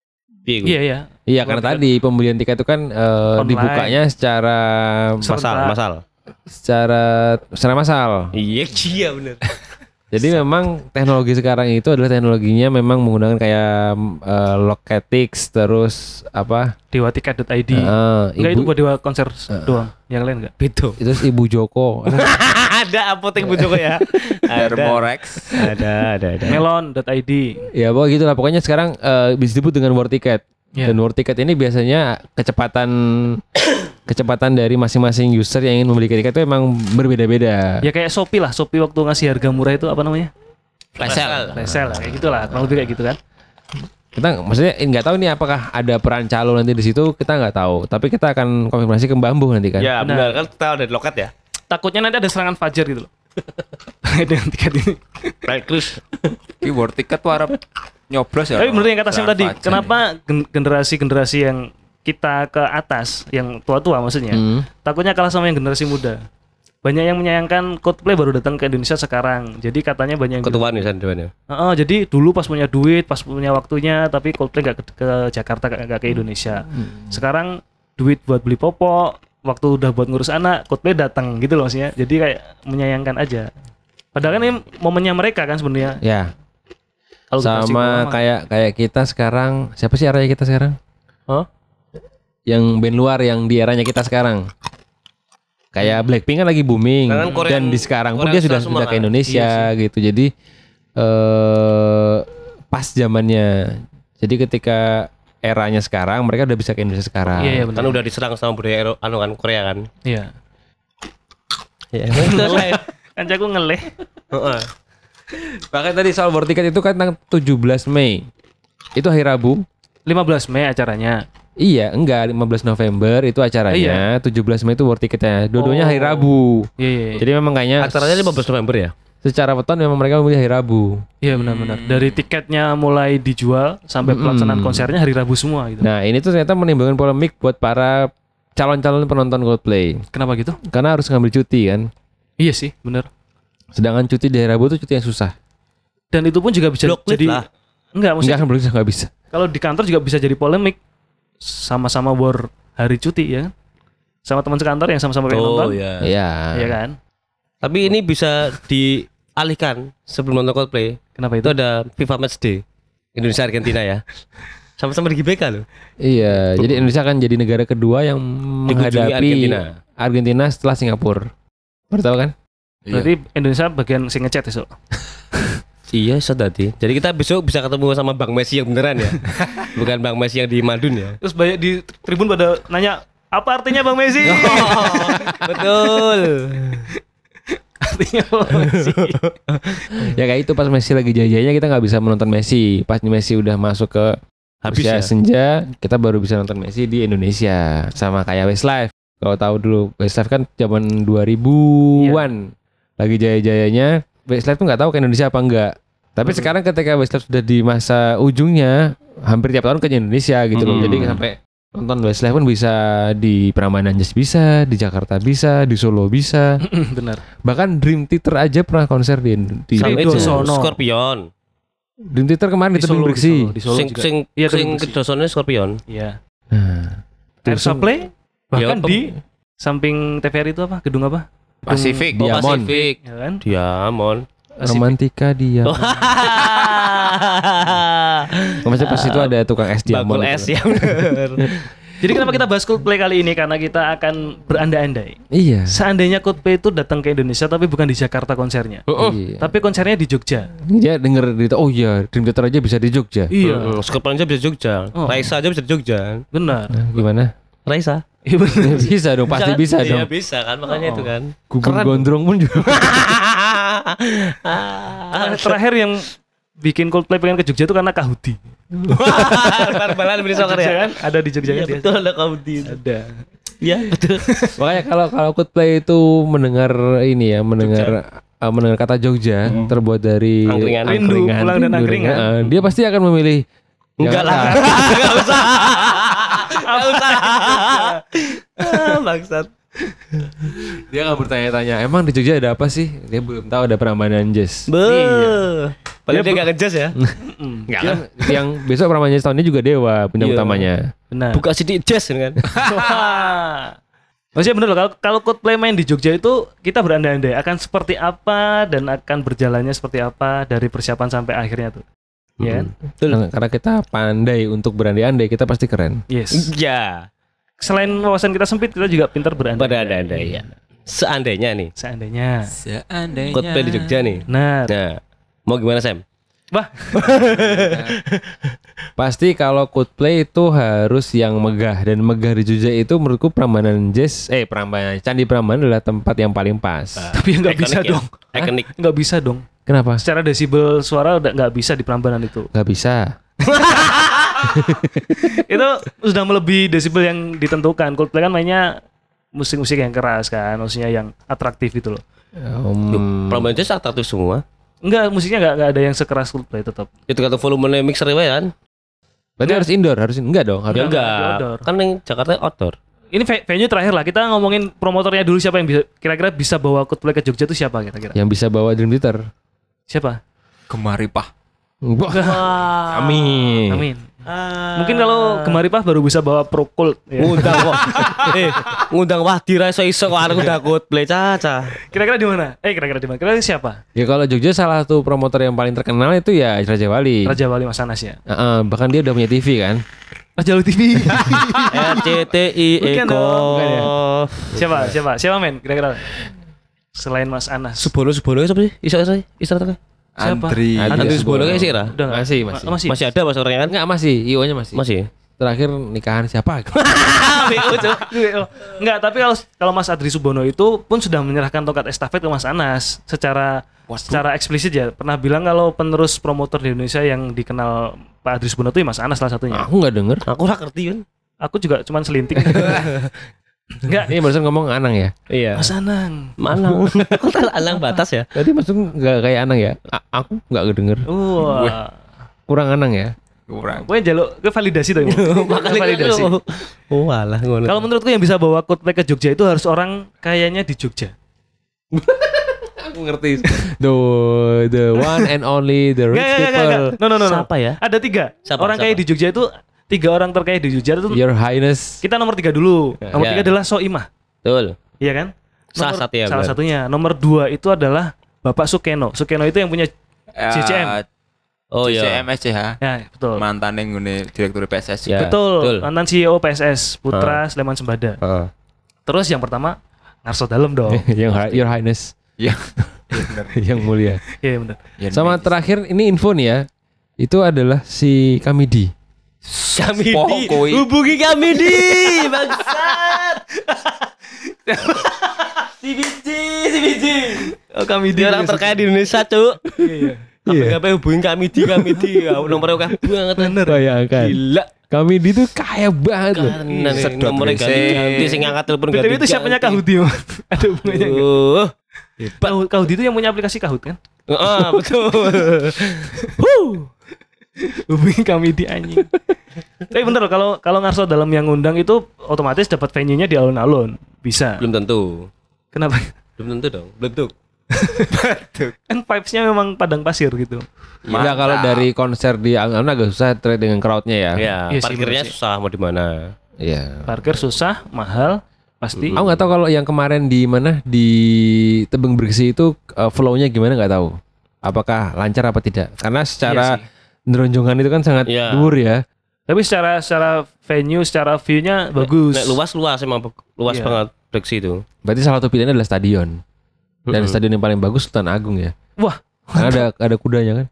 B: Iya iya.
D: Iya, karena tadi pembelian tiket itu kan eh,
B: Online.
D: dibukanya secara
C: Masal, masal.
D: secara secara massal.
C: Iya, iya bener.
D: Jadi memang teknologi sekarang itu adalah teknologinya memang menggunakan kayak uh, Loketix terus apa?
B: Dewatiket dot i d.
D: Uh,
B: Enggak, itu
D: ibu,
B: buat Dewa konser doang. Yang lain enggak?
C: Itu.
D: itu Ibu Joko.
C: Ada apotek Bu Joko ya. Ada.
A: Thermorex.
C: Ada, ada, ada.
B: melon dot i d.
D: Ya pokoknya gitu lah. Pokoknya sekarang uh, bisa disebut dengan war ticket.
B: Iya.
D: Dan war ticket ini biasanya kecepatan kecepatan dari masing-masing user yang ingin membeli tiket itu emang berbeda-beda.
B: Ya kayak Shopee lah. Shopee waktu ngasih harga murah itu apa namanya?
A: Flash sale.
B: Flash sale lah, kayak gitulah. Kurang lebih kayak gitu kan.
D: Kita maksudnya nggak tahu nih apakah ada peran calo nanti di situ, kita nggak tahu. Tapi kita akan konfirmasi ke Bambu nanti kan.
C: Ya
B: Benar.
C: benar kan kita udah di loket ya.
B: Takutnya nanti ada serangan fajar gitu loh. Dengan tiket ini.
C: Right Chris.
A: Ki war ticket tuh harap nyoblos ya.
B: Tapi bener yang kata Sam tadi,
A: Fajar.
B: kenapa gen- generasi-generasi yang kita ke atas, yang tua-tua maksudnya,
D: Hmm.
B: takutnya kalah sama yang generasi muda. Banyak yang menyayangkan Coldplay baru datang ke Indonesia sekarang. Jadi katanya banyak yang
C: Ketuaan ya San
B: Heeh, jadi dulu pas punya duit, pas punya waktunya, tapi Coldplay gak ke, ke Jakarta, gak, gak ke Indonesia. Sekarang duit buat beli popok, waktu udah buat ngurus anak, Coldplay datang gitu loh maksudnya. Jadi kayak menyayangkan aja. Padahal kan ini momennya mereka kan sebenarnya.
D: Ya.
B: Kalau generasi
D: Sama
B: lama-
D: kayak kayak kita sekarang, siapa sih arahnya kita sekarang?
B: Hah?
D: Yang band luar yang di eranya kita sekarang. Kayak Blackpink kan lagi booming
C: Kan Korean-
D: dan di sekarang pun
C: Korean
D: dia sudah
C: Stars
D: sudah
C: semua
D: ke
C: kan?
D: Indonesia
B: Iya
D: gitu. Jadi eh pas zamannya. Jadi ketika eranya sekarang mereka udah bisa ke Indonesia sekarang.
B: Iya, iya
C: Kan
B: benar.
C: udah diserang sama budaya Ero- anu kan Korea kan.
B: Iya.
C: Iya.
B: Kan jago ngeleh.
C: Heeh.
D: Bahkan tadi soal war ticket itu kan tanggal tujuh belas Mei. Itu hari Rabu.
B: lima belas Mei acaranya.
D: Iya, enggak lima belas November itu acaranya, tujuh belas Mei itu war ticketnya. Dua-duanya hari
B: Oh.
D: Rabu.
B: Iya, iya. Iya,
D: Jadi memang kayaknya
C: Acaranya lima belas November ya.
D: secara weton memang mereka memilih hari Rabu.
B: Iya benar-benar. Dari tiketnya mulai dijual sampai pelaksanaan konsernya hari Rabu semua gitu.
D: Nah, ini tuh ternyata menimbulkan polemik buat para calon-calon penonton Coldplay.
B: Kenapa gitu?
D: Karena harus ngambil cuti kan.
B: Iya sih, benar.
D: Sedangkan cuti di hari Rabu itu cuti yang susah.
B: Dan itu pun juga bisa
C: Block leave
B: jadi
C: lah.
B: enggak
D: Enggak
B: maksudnya
D: kan belum bisa nggak bisa.
B: kalau di kantor juga bisa jadi polemik sama-sama war hari cuti ya kan? Sama teman sekantor yang sama-sama pengen
C: Oh
B: nonton.
C: ya.
D: Iya.
B: Iya kan?
C: Tapi ini bisa dialihkan sebelum nonton Coldplay.
B: Kenapa
C: Itu
B: itu?
C: ada FIFA Match Day Indonesia Argentina ya. Sama-sama di G B K loh.
D: Iya, jadi Indonesia akan jadi negara kedua yang menghadapi
C: Argentina.
D: Argentina setelah Singapura. Baru tahu kan?
B: Berarti Indonesia bagian sing ngechat besok.
C: Iya, so tadi. Jadi kita besok bisa ketemu sama Bang Messi yang beneran ya. Bukan Bang Messi yang di Madun ya.
B: Terus banyak di tribun pada nanya apa artinya Bang Messi?
C: Betul.
B: Artinya Bang Messi.
D: Ya kayak itu pas Messi lagi jaya-jayanya kita nggak bisa menonton Messi. Pas Messi udah masuk ke
C: Habis
D: usia
C: ya?
D: senja, kita baru bisa nonton Messi di Indonesia. Sama kayak Westlife. Kalau tahu dulu Westlife kan zaman dua ribuan. Lagi jaya-jayanya. Westlife tuh nggak tahu ke Indonesia apa enggak. Tapi
C: Hmm.
D: sekarang ketika Westlife sudah di masa ujungnya, hampir tiap tahun ke Indonesia gitu loh.
C: Hmm.
D: Jadi sampai nonton Westlife pun bisa di Prambanan Jazz bisa, di Jakarta bisa, di Solo bisa.
B: Benar.
D: Bahkan Dream Theater aja pernah konser di di
C: Sama
B: Itu
C: itu
B: Sono.
C: Scorpion.
D: Dream Theater kemarin
B: Di
D: di
B: Solo,
D: Tebing
B: di
D: Bersih.
B: Solo, di Solo
C: Sing
B: juga.
C: sing
B: Iya,
C: sing
B: Tebing Bersih.
C: kedosone Scorpion.
B: Iya.
D: Nah,
B: Air
D: terus
B: Supply bahkan
C: Ya,
B: di samping T V R itu apa? Gedung apa? Gedung-
A: Pasifik.
C: Oh,
D: Diamond.
C: Pasifik.
B: Ya kan?
C: Diamond.
D: Romantika dia.
C: Oh.
D: Maksudnya pas itu ada tukang es diamond.
C: Bakul
D: gitu.
C: es ya bener.
B: Jadi kenapa kita bahas Coldplay kali ini? Karena kita akan berandai-andai.
D: Iya.
B: Seandainya Coldplay itu datang ke Indonesia tapi bukan di Jakarta konsernya.
D: Iya.
B: Tapi konsernya di Jogja.
D: Dia denger berita, oh iya, Dream Theater aja bisa di Jogja.
B: Iya,
C: Hmm, Scorpion aja bisa di Jogja.
B: Oh.
C: Raisa aja bisa di Jogja.
B: benar.
D: Nah, gimana?
C: Raisa.
B: Iya benar.
D: Bisa dong, pasti
C: kan?
D: bisa
C: Iya
D: dong.
C: bisa kan makanya
B: Oh.
C: itu kan.
D: Gugun Gondrong pun juga.
B: Terakhir yang bikin Coldplay pengen ke Jogja itu karena Kahudi.
C: Barbalan beli soccer
B: Jogja
C: ya.
B: kan ada di Jogja
C: Iya
B: kan dia.
C: betul ada Kahudi.
B: Ada.
C: Iya betul.
D: Makanya kalau kalau Coldplay itu mendengar ini ya, mendengar uh, mendengar kata Jogja terbuat dari
C: Angkringan.
B: Rindu, pulang dan angkringan.
D: uh, dia pasti akan memilih
C: Enggak lah.
D: Jakarta.
C: Enggak usah. Enggak usah. Ah, bangsat.
D: Dia akan bertanya-tanya, emang di Jogja ada apa sih? Dia belum tahu ada Prambanan Jazz.
C: Be. Padahal dia enggak ngejas ya.
D: Enggak kan yang besok Pramanja tahun ini juga Dewa punya
C: Iya.
D: utamanya.
B: Benar.
C: Buka sidik jazz kan.
B: Wah. Maksudnya bener loh, kalau kalau Coldplay main di Jogja itu kita berandai-andai akan seperti apa dan akan berjalannya seperti apa dari persiapan sampai akhirnya tuh. Ya. kan?
C: Betul.
D: Nah, karena kita pandai untuk berandai-andai, kita pasti keren.
B: Yes.
C: Ya.
B: Selain wawasan kita sempit, kita juga pintar berandai.
C: Pada ada ya. Seandainya nih
B: Seandainya.
A: Seandainya
C: Coldplay di Jogja nih.
B: Nah,
C: Nah, mau gimana Sam?
B: wah,
D: Pasti kalau Coldplay itu harus yang megah, dan megah di Jogja itu menurutku Prambanan Jazz, eh Prambanan Candi Prambanan adalah tempat yang paling pas.
B: tapi nggak bisa
C: Ikonik ya.
B: dong.
C: Ikonik.
B: Nggak bisa dong.
D: Kenapa?
B: Secara desibel suara udah nggak bisa di Prambanan itu.
D: Gak bisa.
B: Itu sudah melebihi desibel yang ditentukan. Coldplay kan mainnya musik-musik yang keras kan, maksudnya yang atraktif gitu loh.
D: Um,
C: Prambanan Jazz atraktif semua.
B: Enggak, musiknya nggak nggak ada yang sekeras Coldplay tetap.
C: Itu kata volume mixer ya kan?
D: berarti harus indoor, harus enggak dong? Harus
C: Ya
B: Enggak,
C: enggak.
B: outdoor.
C: Kan yang Jakarta outdoor.
B: Ini ve- venue terakhir lah, kita ngomongin promotornya dulu, siapa yang bisa kira-kira bisa bawa Coldplay ke Jogja itu siapa kira-kira?
D: yang bisa bawa Dream Theater.
B: Siapa?
A: Gemaripah.
D: Wah, amin.
B: Amin. Mungkin kalau Gemaripah baru bisa bawa Procold ya.
C: Ngundang kok. eh, ngundang Wahdi ra iso-iso kok arek udah Coldplay caca.
B: Kira-kira di mana? Eh kira-kira di mana? Kira-kira siapa?
D: Ya kalau Jogja salah satu promotor yang paling terkenal itu ya Raja Wali.
B: Raja Wali Mas Anas ya.
D: Heeh, bahkan dia udah punya T V kan.
B: Raja Wali T V.
C: R C T I
B: Bukan
C: Eko.
B: dong, bukan ya. Siapa? Siapa? Siapa men? Kira-kira selain Mas Anas.
C: Subono Subono siapa sih? Iso iso iso ta?
B: Siapa?
A: Andri.
D: Andri
C: Andri Subono kayak sih Ra?
B: Udah nggak?
D: Masih,
B: Ma-
D: masih.
B: masih.
C: Masih ada Mas orangnya kan?
D: Enggak masih, I O-nya masih.
C: Masih.
D: Terakhir nikahan siapa?
B: Enggak, tapi kalau kalau Mas Adri Subono itu pun sudah menyerahkan tongkat estafet ke Mas Anas secara secara eksplisit ya. Pernah bilang kalau penerus promotor di Indonesia yang dikenal Pak Adri Subono itu ya Mas Anas salah satunya.
D: Aku enggak denger.
C: Aku ora ngerti kan.
B: Aku juga cuman selinting. Enggak.
D: Ini barusan ngomong Anang ya.
C: Iya.
B: Mas Anang.
C: Manang. Kok tak alang batas ya?
D: Tadi maksud enggak kayak Anang ya? A- aku enggak denger.
B: Wah.
D: Kurang Anang ya.
A: Kurang.
B: Gue jaluk ke validasi tuh.
C: Makanya
B: validasi.
C: Oh, alah ngono.
B: Kalau menurutku yang bisa bawa Coldplay ke Jogja itu harus orang kayaknya di Jogja.
D: Aku ngerti. The the one and only the rich
B: Nggak, nggak, nggak,
D: people.
B: nggak. No, no, no, no.
C: Siapa ya?
B: Ada tiga.
C: Siapa,
B: orang kaya
C: siapa?
B: di Jogja itu tiga orang terkaya di Jogja itu.
D: Your Highness.
B: Kita nomor tiga dulu. Nomor
C: Ya.
B: tiga adalah Soimah.
C: Betul.
B: Iya kan?
C: Salah
B: Nomor-
C: satu ya,
B: Salah
C: benar.
B: satunya. Nomor dua itu adalah Bapak Sukeno. Sukeno itu yang punya C C M.
C: Oh
A: C C
C: iya.
A: M S C H.
B: Ya, betul.
A: Mantan yang ngene direktur P S S.
C: Ya.
B: Betul.
C: betul.
B: Mantan C E O P S S Putra Sleman Sembada.
C: Heeh.
B: Terus yang pertama Ngarso Dalem dong.
D: yang Hi- Your Highness.
A: Iya. Benar.
D: yang mulia.
B: Iya benar.
A: Ya,
D: Sama
A: medis.
D: terakhir ini info nih ya. Itu adalah si Kamidi.
C: Kami di
A: Pokoknya.
C: hubungi kami di bangsat. Si biji, si biji.
B: Oh, kami
C: Dia orang terkaya di Indonesia, Cuk.
B: Iya.
C: Apa hubungin kami di kami di. Nomornya akeh banget.
B: Bener.
D: Bayangkan.
C: Gila.
D: Kamidi tuh kaya banget loh.
C: Kanan
A: Sedot
C: nomornya
A: brengsek.
C: ganti sing ngangkat telepon
B: B T W itu siapanya Kahudi? Mas? Ada hubungannya nggak?
C: Oh.
B: Kahud, Kahudi itu yang punya aplikasi Kahud kan?
C: Heeh, betul.
B: Hubungi kami di anjing. Tapi bener loh, kalau kalau Ngarso Dalem yang ngundang itu otomatis dapat venue-nya di alun-alun. Bisa.
C: Belum tentu.
B: Kenapa?
C: Belum tentu dong. Belum tentu.
B: Kan vibes-nya memang padang pasir gitu.
D: Ya kalau dari konser di alun-alun agak susah trade dengan crowdnya ya.
C: Ya,
B: Iya sih,
C: parkirnya
B: bener sih.
C: susah mau di mana.
D: Iya.
B: Parkir susah, mahal, pasti.
D: Aku nggak tahu kalau yang kemarin di mana di Tebing Bersih itu uh, flow-nya gimana nggak tahu. Apakah lancar apa tidak? Karena secara
B: Iya
D: neronjongan itu kan sangat
C: Iya.
D: dhuwur ya.
B: Tapi secara secara venue, secara view-nya bagus.
C: Nek luas-luas emang luas
B: Iya.
C: banget Breksi itu.
D: Berarti salah satu pilihannya adalah stadion. Dan
C: Mm-mm.
D: stadion yang paling bagus Sultan Agung ya.
B: Wah,
D: Karena ada ada kudanya kan.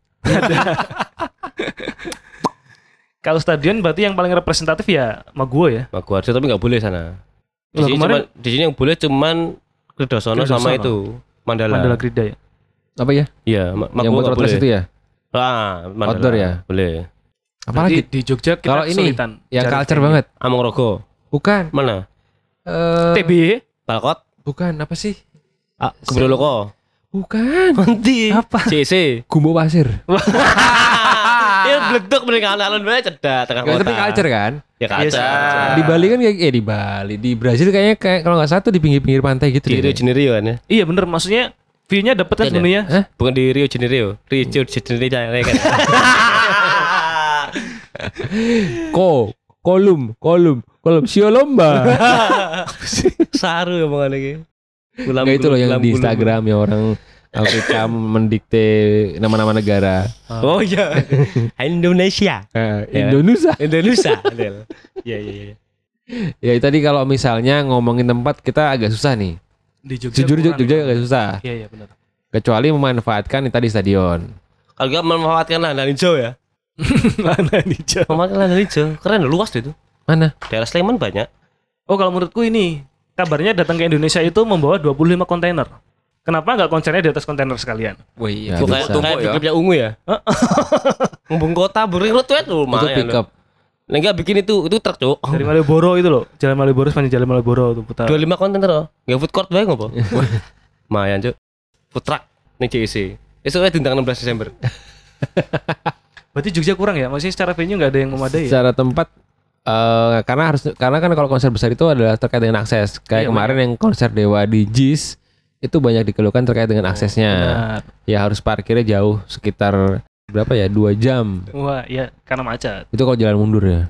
B: kalau stadion berarti yang paling representatif ya Maguwo ya.
C: Maguwarjo tapi nggak boleh sana. Di
B: Loh,
C: sini,
B: kemarin-
C: cuman- di sini yang boleh cuman Kerdosono sama
B: Kerdosono.
C: itu Mandala.
B: Mandala Krida ya.
D: Apa ya?
C: Iya, Ma-
D: yang
C: Maguwo
D: buat
C: nggak
D: road race
C: boleh.
D: itu ya.
C: Ah, Mandala.
D: Outdoor ya?
C: Boleh.
D: Apalagi
B: Berarti di Jogja kita
D: kalau ini
B: kesulitan
D: yang
B: cari
D: culture
B: venue.
D: banget.
C: Among-Rogo.
D: Bukan.
C: Mana?
D: Eh,
B: T B Y.
C: Balkot?
D: bukan apa sih?
C: Ah, Kebroloko.
D: Bukan.
C: Nanti.
B: Apa?
C: C C.
D: Gumbo Pasir.
C: Ya bledok mending alun-alun bae cedak tengah
D: Ya,
C: kota.
D: tapi culture kan?
C: Ya
B: Iya,
C: culture.
B: sih.
D: Di Bali kan kayak eh di Bali, di Brasil kayaknya kayak kalau nggak satu di pinggir-pinggir pantai gitu
C: Di Rio
D: deh.
C: de Janeiro kan ya.
B: Iya bener, maksudnya View-nya dapat kan
C: Iya,
B: sebenarnya.
D: Hah?
C: Bukan di Rio de Janeiro, Rio de Janeiro kan.
D: Ko, kolum, kolum, kolum, siolomba.
C: Saru ya omongan iki. Gulam
D: Nggak itu loh yang
C: gulam-
D: di
C: gulam-
D: Instagram yang orang Afrika mendikte nama-nama negara.
C: Oh iya. Indonesia.
D: Eh,
C: Ya.
D: Indonesia.
C: Indonesia. Adel. Iya iya iya.
D: Ya tadi kalau misalnya ngomongin tempat kita agak susah nih.
B: Di Jogja.
D: Jujur
B: kurang
D: Jogja
B: nih.
D: agak susah.
B: Iya iya benar.
D: Kecuali memanfaatkan tadi stadion.
C: Kalau kita memanfaatkan lahan hijau ya.
B: Mana hijau.
C: Memanfaatkan lahan hijau. Keren luas deh itu.
D: Mana?
C: Daerah Sleman banyak.
B: Oh kalau menurutku ini kabarnya datang ke Indonesia itu membawa dua puluh lima kontainer. Kenapa nggak konsernya di atas kontainer sekalian?
A: Wih,
D: Ya,
A: itu
C: Itu kayak
D: bisa.
A: tumpuk
C: kayak
A: ya.
C: pikirnya ungu ya. Ngubung kota beri rute itu
D: Itu
C: lumayan.
D: pick up.
C: Nah, enggak bikin itu itu truk, Cuk.
B: Dari Malioboro itu loh, Jalan Malioboro sepanjang Jalan Malioboro tuh putar.
C: dua puluh lima kontainer loh. Enggak food court bae ngopo? Lumayan, Cuk. Food truck ning C I C. Esuk diundang enam belas Desember.
B: Berarti Jogja kurang ya? Maksudnya secara venue nggak ada yang memadai ya?
D: Secara tempat eh karena harus karena kan kalau konser besar itu adalah terkait dengan akses. Kayak
B: Iya,
D: kemarin yang konser Dewa di Jis itu banyak dikeluhkan terkait dengan aksesnya.
B: Benar.
D: Ya harus parkirnya jauh sekitar berapa ya? Dua jam.
B: Wah, ya karena macet.
D: Itu kalau jalan mundur ya.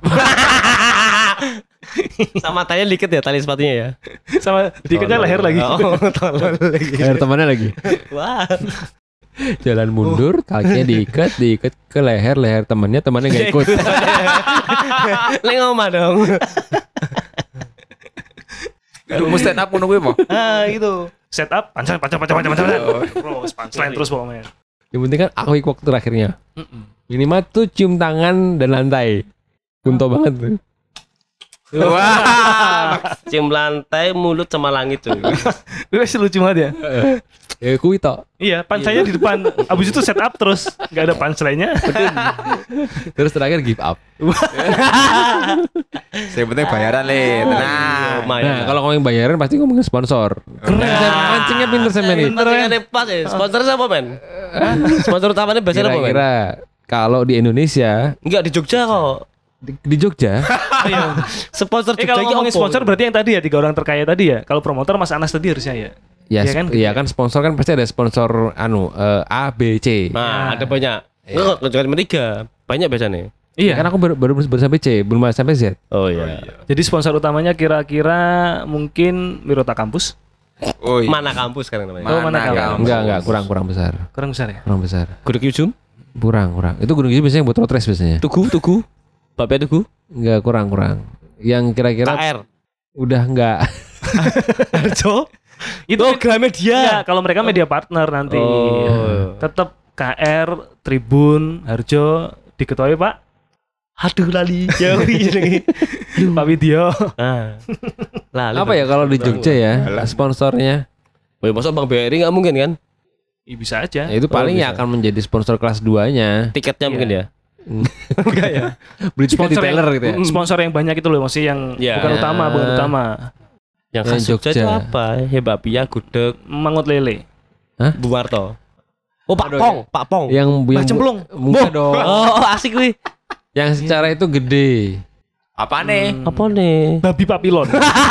C: Sama tanya dikit ya tali sepatunya ya.
B: Sama diketnya leher lagi.
C: Oh, tolol lagi.
D: Leher temannya lagi.
C: Wah.
D: Jalan mundur, kakinya diikat, diikat ke leher, leher temannya, temannya nggak ikut.
C: Lek ngomong dong.
A: Lu stand up ngono kuwi apa?
C: Ah, gitu.
B: Setup, pancal, pancal, pancal, pancal, pancal. Terus punchline terus pokoknya.
D: Yang penting kan aku waktu terakhirnya. Minimal tuh cium tangan dan lantai. Kunto banget tuh.
C: Wah. Cium lantai, mulut sama langit tuh.
B: Wes lucu banget ya.
D: Ya kuwi tok.
B: Iya, punchline di depan. Abis itu setup terus nggak ada punchline-nya.
D: Terus terakhir give up.
A: Yang penting bayaran le, tenang.
D: Nah, kalau ngomongin bayaran pasti ngomongin sponsor. Keren. Mancingnya pinter sama nih.
C: Pinter kan pas ya. Sponsor siapa, men? Sponsor utamanya biasanya apa, men?
D: Kira-kira kalau di Indonesia,
C: Enggak di Jogja kok.
D: di, di Jogja,
C: Sponsor
B: Eh
C: Jogja
B: kalau
C: iki
B: ngomongin
C: apa?
B: sponsor berarti yang tadi ya tiga orang terkaya tadi ya. Kalau promotor Mas Anas tadi harusnya ya.
D: ya,
B: Iya
D: sp-
B: kan?
D: ya kan sponsor kan pasti ada sponsor anu eh, A, B, C.
C: Nah, ada banyak. Enggak, kecuali tiga. Banyak biasanya.
B: Iya.
D: Kan aku baru baru, baru sampai C, belum sampai Z.
C: Oh iya.
B: Jadi sponsor utamanya kira-kira mungkin Mirota Kampus.
A: Oh iya.
C: Mana kampus sekarang namanya?
B: Oh, mana kampus?
A: kampus?
D: Enggak, enggak, kurang kurang besar.
B: Kurang besar ya.
D: Kurang besar.
C: Gudeg Yusum?
D: Kurang, kurang. Itu gunung itu biasanya buat road race biasanya.
C: Tugu, Tugu. Bapak Tugu.
D: Enggak, kurang, kurang. Yang kira-kira
C: K R.
D: udah enggak.
C: Harjo.
B: Itu
C: Oh, Gramedia.
B: ya, kalau mereka media partner nanti.
C: Oh.
B: Tetap K R, Tribun, Harjo diketuai Pak
C: Aduh lali. Jauh jenenge.
B: Pak Widyo.
C: Ah. Lali.
D: Apa ya kalau di Jogja ya sponsornya?
C: Oh, ya, masa Bang B R I enggak mungkin kan?
B: Ih, bisa aja.
D: Ya, itu paling
C: bisa.
D: ya akan menjadi sponsor kelas dua-nya.
C: Tiketnya
B: Iya.
C: mungkin ya.
B: Enggak ya.
D: Beli tiket di
B: Sponsor
D: teller
B: yang,
D: gitu ya.
B: sponsor yang banyak itu loh, maksudnya yang
C: Ya.
B: bukan utama, bukan utama.
C: Yang
D: Yang
C: khas Jogja,
D: Jogja.
C: itu apa? Ya Bapia, Gudeg,
B: Mangut lele.
C: Bu Marto. Oh, Pak Pong, Pak Pong.
D: Yang
B: Bah
D: yang
B: cemplung.
D: Bukan dong.
C: Oh, asik wih.
D: Yang secara itu gede.
A: Apa nih?
C: Apa nih?
B: Babi papilon.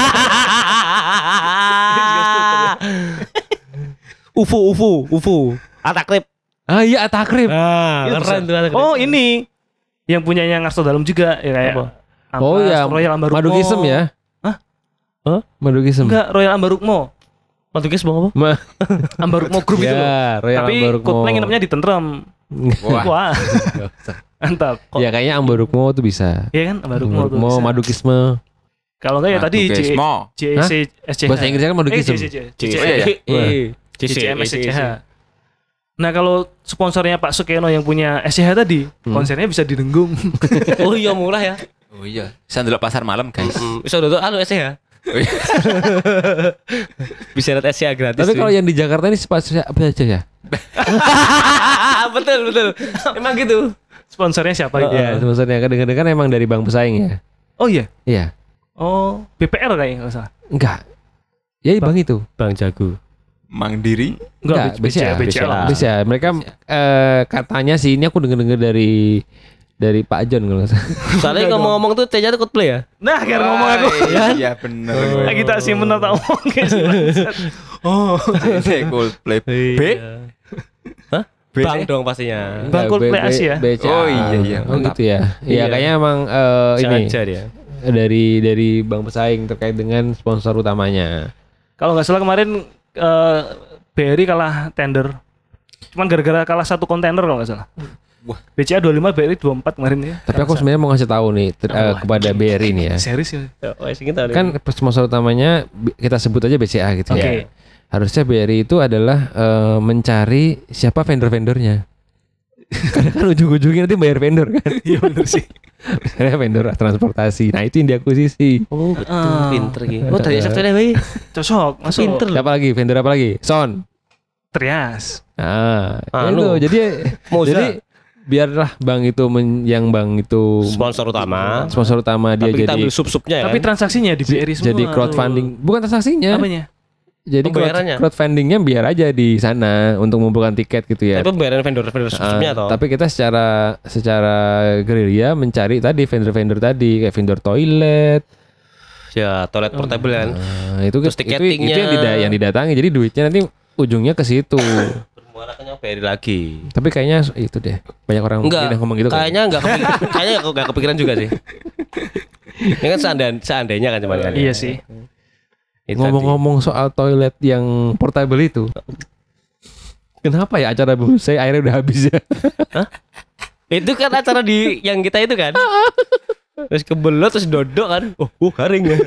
C: UFO, UFO, UFO. Atakrip.
D: Ah iya Atakrip.
C: Ah,
B: Itu
C: keren
B: bisa.
C: tuh Atakrip.
B: Oh, ini yang punyanya Ngarso Dalam juga ya kayak.
C: Apa?
B: Ampas,
D: Oh ya,
B: Royal Ambarukmo.
D: Madukism ya.
B: Hah?
C: Hah?
D: Madukism.
B: Enggak, Royal Ambarukmo.
C: Madukis bang apa?
D: Ma
B: Ambarukmo Group itu loh.
D: ya, Royal
B: Tapi
D: Ambarukmo.
B: Coldplay nginepnya di Tentrem.
A: Wah.
B: Wah, mantap.
D: Ya kayaknya Ambarukmo tuh bisa.
B: Iya kan, Ambarukmo tuh.
D: Ambarukmo,
B: bisa.
D: Madukisme.
B: Kalau enggak ya tadi J
A: Madukismo.
B: J C S C H.
D: Bahasa Inggrisnya kan Madukism.
B: Eh, J C
C: C
B: J
A: Oh, iya, iya.
C: Eh,
B: C C M S C H. Nah kalau sponsornya Pak Sukeno yang punya S C H tadi, konsernya bisa didenggung.
C: Oh iya murah ya.
A: Oh iya. Saya ndelok pasar malam, guys.
C: Hmm, bisa dulu anu S ya. Bisa lihat S ya gratis.
D: Tapi kalau yang di Jakarta ini sepatu apa aja ya?
C: betul betul. Emang gitu.
B: Sponsornya siapa itu?
D: Ya, sebenarnya kan dengar-dengar emang dari bank pesaing ya.
B: Oh iya.
D: Iya.
B: Oh, B P R kayaknya enggak salah.
D: Enggak. Ya bang itu.
C: Bang Jago.
A: Mang Diri.
B: Enggak,
D: B C A.
B: B C A.
D: B C A. Mereka eh, katanya sih ini aku dengar-dengar dari dari Pak John kalau nggak salah.
C: Soalnya ngomong-ngomong tuh C-nya tuh Coldplay ya.
B: Nah, akhir ngomong aku.
A: Iya bener.
B: Agitasi bener tak ngomong guys. Oh,
A: C Coldplay. B.
C: Hah?
A: B.
C: Bang dong pastinya.
B: Bang Coldplay Asia.
D: B C A.
A: Oh iya, iya.
D: Oh gitu ya. Iya
C: Iya.
D: kayaknya emang eh, ini
C: Sengaja dia.
D: dari dari bank pesaing terkait dengan sponsor utamanya.
B: Kalau nggak salah kemarin eh, B R I kalah tender. Cuman gara-gara kalah satu kontainer kalau nggak salah.
A: Wah.
B: B C A dua puluh lima, B R I dua puluh empat kemarin ya.
D: Tapi aku sebenarnya mau ngasih tahu nih ter- eh, kepada B R I nih ya.
B: Serius ya?
C: Oh, kita
D: Kan sponsor utamanya bi- kita sebut aja B C A gitu
B: Oke.
D: ya. Harusnya B R I itu adalah eh, mencari siapa vendor-vendornya. Karena kan ujung-ujungnya nanti bayar vendor kan.
B: Iya benar sih.
D: Misalnya vendor transportasi. Nah itu yang diakuisisi.
C: Oh, betul.
B: Ah.
C: Pinter gitu. Oh, dari software bayi.
B: Cocok, masuk.
C: Pinter.
D: Siapa lagi? Vendor apa lagi? Son.
B: Trias.
D: Nah,
C: Anu.
D: itu. Jadi
C: Moza.
D: jadi biarlah bank itu men- yang bank itu
C: Sponsor utama.
D: sponsor utama dia
C: Tapi kita
D: jadi
C: ambil sub-subnya ya.
B: Tapi
C: kan?
B: transaksinya di B R I semua.
D: jadi crowdfunding. Bukan transaksinya.
B: Apanya?
D: Jadi crowd,
C: Pembayarannya.
D: crowdfundingnya biar aja di sana untuk mengumpulkan tiket gitu ya.
C: Tapi pembayaran vendor-vendor
D: Ah,
C: sub-subnya toh.
D: tapi kita secara secara gerilya mencari tadi vendor-vendor tadi kayak vendor toilet.
C: Ya, toilet portable kan.
D: Nah, itu
C: Terus
D: itu, itu
C: tiketingnya.
D: yang, dida- yang didatangi. Jadi duitnya nanti ujungnya ke situ.
C: Bermuara kan B R I lagi.
D: Tapi kayaknya itu deh banyak orang
C: Enggak,
D: udah ngomong gitu kan.
C: kayaknya enggak kepikiran, kayaknya enggak, enggak kepikiran juga sih. Ini kan seandainya, seandainya kan cuman kan.
B: Iya sih.
C: Itu
D: Ngomong-ngomong soal toilet yang portable itu. Kenapa ya acara selesai airnya udah habis ya?
C: tadi. Itu kan acara di yang kita itu kan. Terus kebelet terus dodok kan. Oh, uh, garing ya.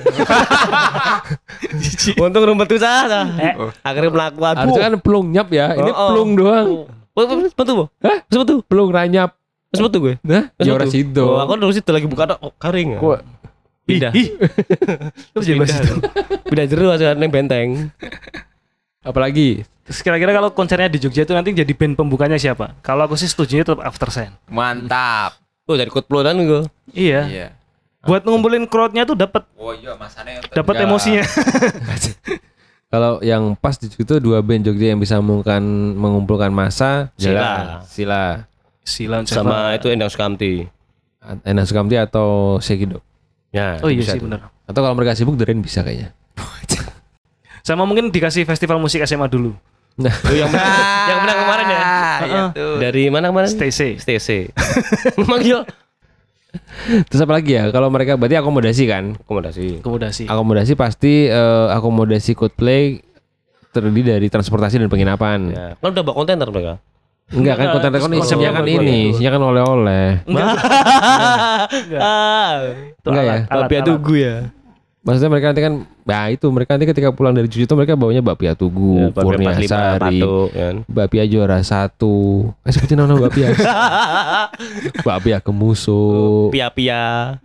C: Untung rumput tuh salah.
B: Eh.
C: Akhirnya melakukan.
D: Harusnya kan pelung nyap ya. Ini
C: Oh, oh.
D: pelung doang.
C: Betul, Bu.
D: Hah?
C: Betul.
D: Pelung ranyap.
C: Betul gue.
D: Nah,
C: Terus
D: ya
C: betul.
D: ora sido.
C: Oh, aku dulu situ lagi buka oh, garing.
D: Kok
C: pindah.
B: Terus jadi bahas itu.
C: Pindah jeru aja neng benteng.
D: apalagi
B: Terus kira-kira kalau konsernya di Jogja itu nanti jadi band pembukanya siapa? Kalau aku sih setuju tetap After Sun.
A: Mantap.
C: Oh, dari Coldplay kan gue.
B: Iya.
A: Iya.
B: Buat ngumpulin crowd-nya tuh dapat
A: Oh iya masanya
B: dapat
D: Enggak.
B: emosinya.
D: kalau yang pas di situ dua band Jogja yang bisa mengumpulkan mengumpulkan massa
C: Sila.
D: Sila.
B: Sila
C: Sama itu Endang Sukamti.
D: Endang Sukamti atau Segido.
C: Ya.
B: Oh iya
C: bisa
B: sih
C: tuh.
B: benar.
D: Atau kalau mereka sibuk Deren bisa kayaknya.
B: Sama mungkin dikasih festival musik S M A dulu.
D: Nah,
C: Oh, yang yang menang kemarin ya.
A: Iya tuh.
C: Dari mana kemarin?
B: Stacey.
C: Stacey. Memang yo.
D: terus apa lagi ya? Kalau mereka berarti akomodasi kan?
C: Akomodasi.
B: Akomodasi.
D: Akomodasi pasti eh, akomodasi Coldplay terdiri dari transportasi dan penginapan.
C: Ya. Kan udah bawa kontainer mereka.
D: Enggak kan
B: Enggak,
D: konten kon
B: terus
D: isinya
B: konsepnya
D: kan
B: buat-
D: ini,
B: buat-
D: isinya kan oleh-oleh.
B: Enggak.
C: Ah.
B: Itu
D: Enggak ya?
B: alat, alat,
C: Bakpia
B: alat.
C: Tugu ya.
D: Maksudnya mereka nanti kan, nah itu mereka nanti ketika pulang dari Jogja itu mereka bawanya bakpia Tugu, Kurnia Sari,
C: kan.
D: bakpia juara satu. Eh sebutin nama bakpia. bakpia Kemuso.
C: Pia-pia.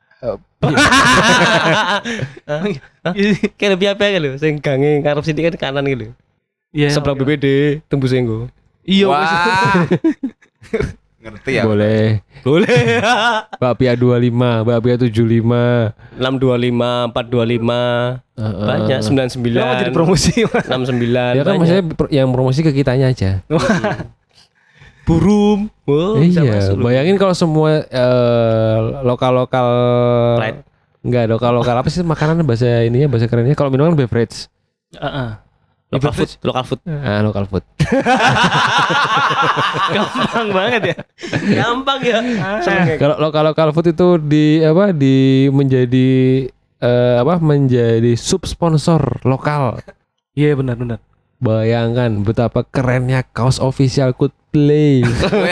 C: Kayak pia-pia kan lho, sing gange ngarep sithik kan kanan gitu.
B: Iya.
C: Sebelah B P D tembus enggo.
B: Iya. wis.
A: Wah. Ngerti ya?
D: Boleh.
C: Boleh.
D: Bakpia dua puluh lima, bakpia tujuh puluh lima.
C: enam dua lima, empat dua lima. Banyak sembilan sembilan.
B: Kenapa jadi promosi?
C: enam sembilan.
D: Ya kan maksudnya pro- yang promosi ke kitanya aja.
C: Burum. Oh, bisa
D: iya,
C: masuk loh.
D: bayangin kalau semua eh, lokal-lokal
C: Pride.
D: enggak lokal-lokal apa sih makanan bahasa ininya bahasa kerennya kalau minuman beverage.
B: Heeh.
C: Local food, local food.
D: Ah, local food.
B: Gampang banget ya.
C: Gampang ya.
D: Kalau lokal-lokal food itu di apa di menjadi eh, apa menjadi sub sponsor lokal.
B: Iya benar benar.
D: Bayangkan betapa kerennya kaos official Coldplay.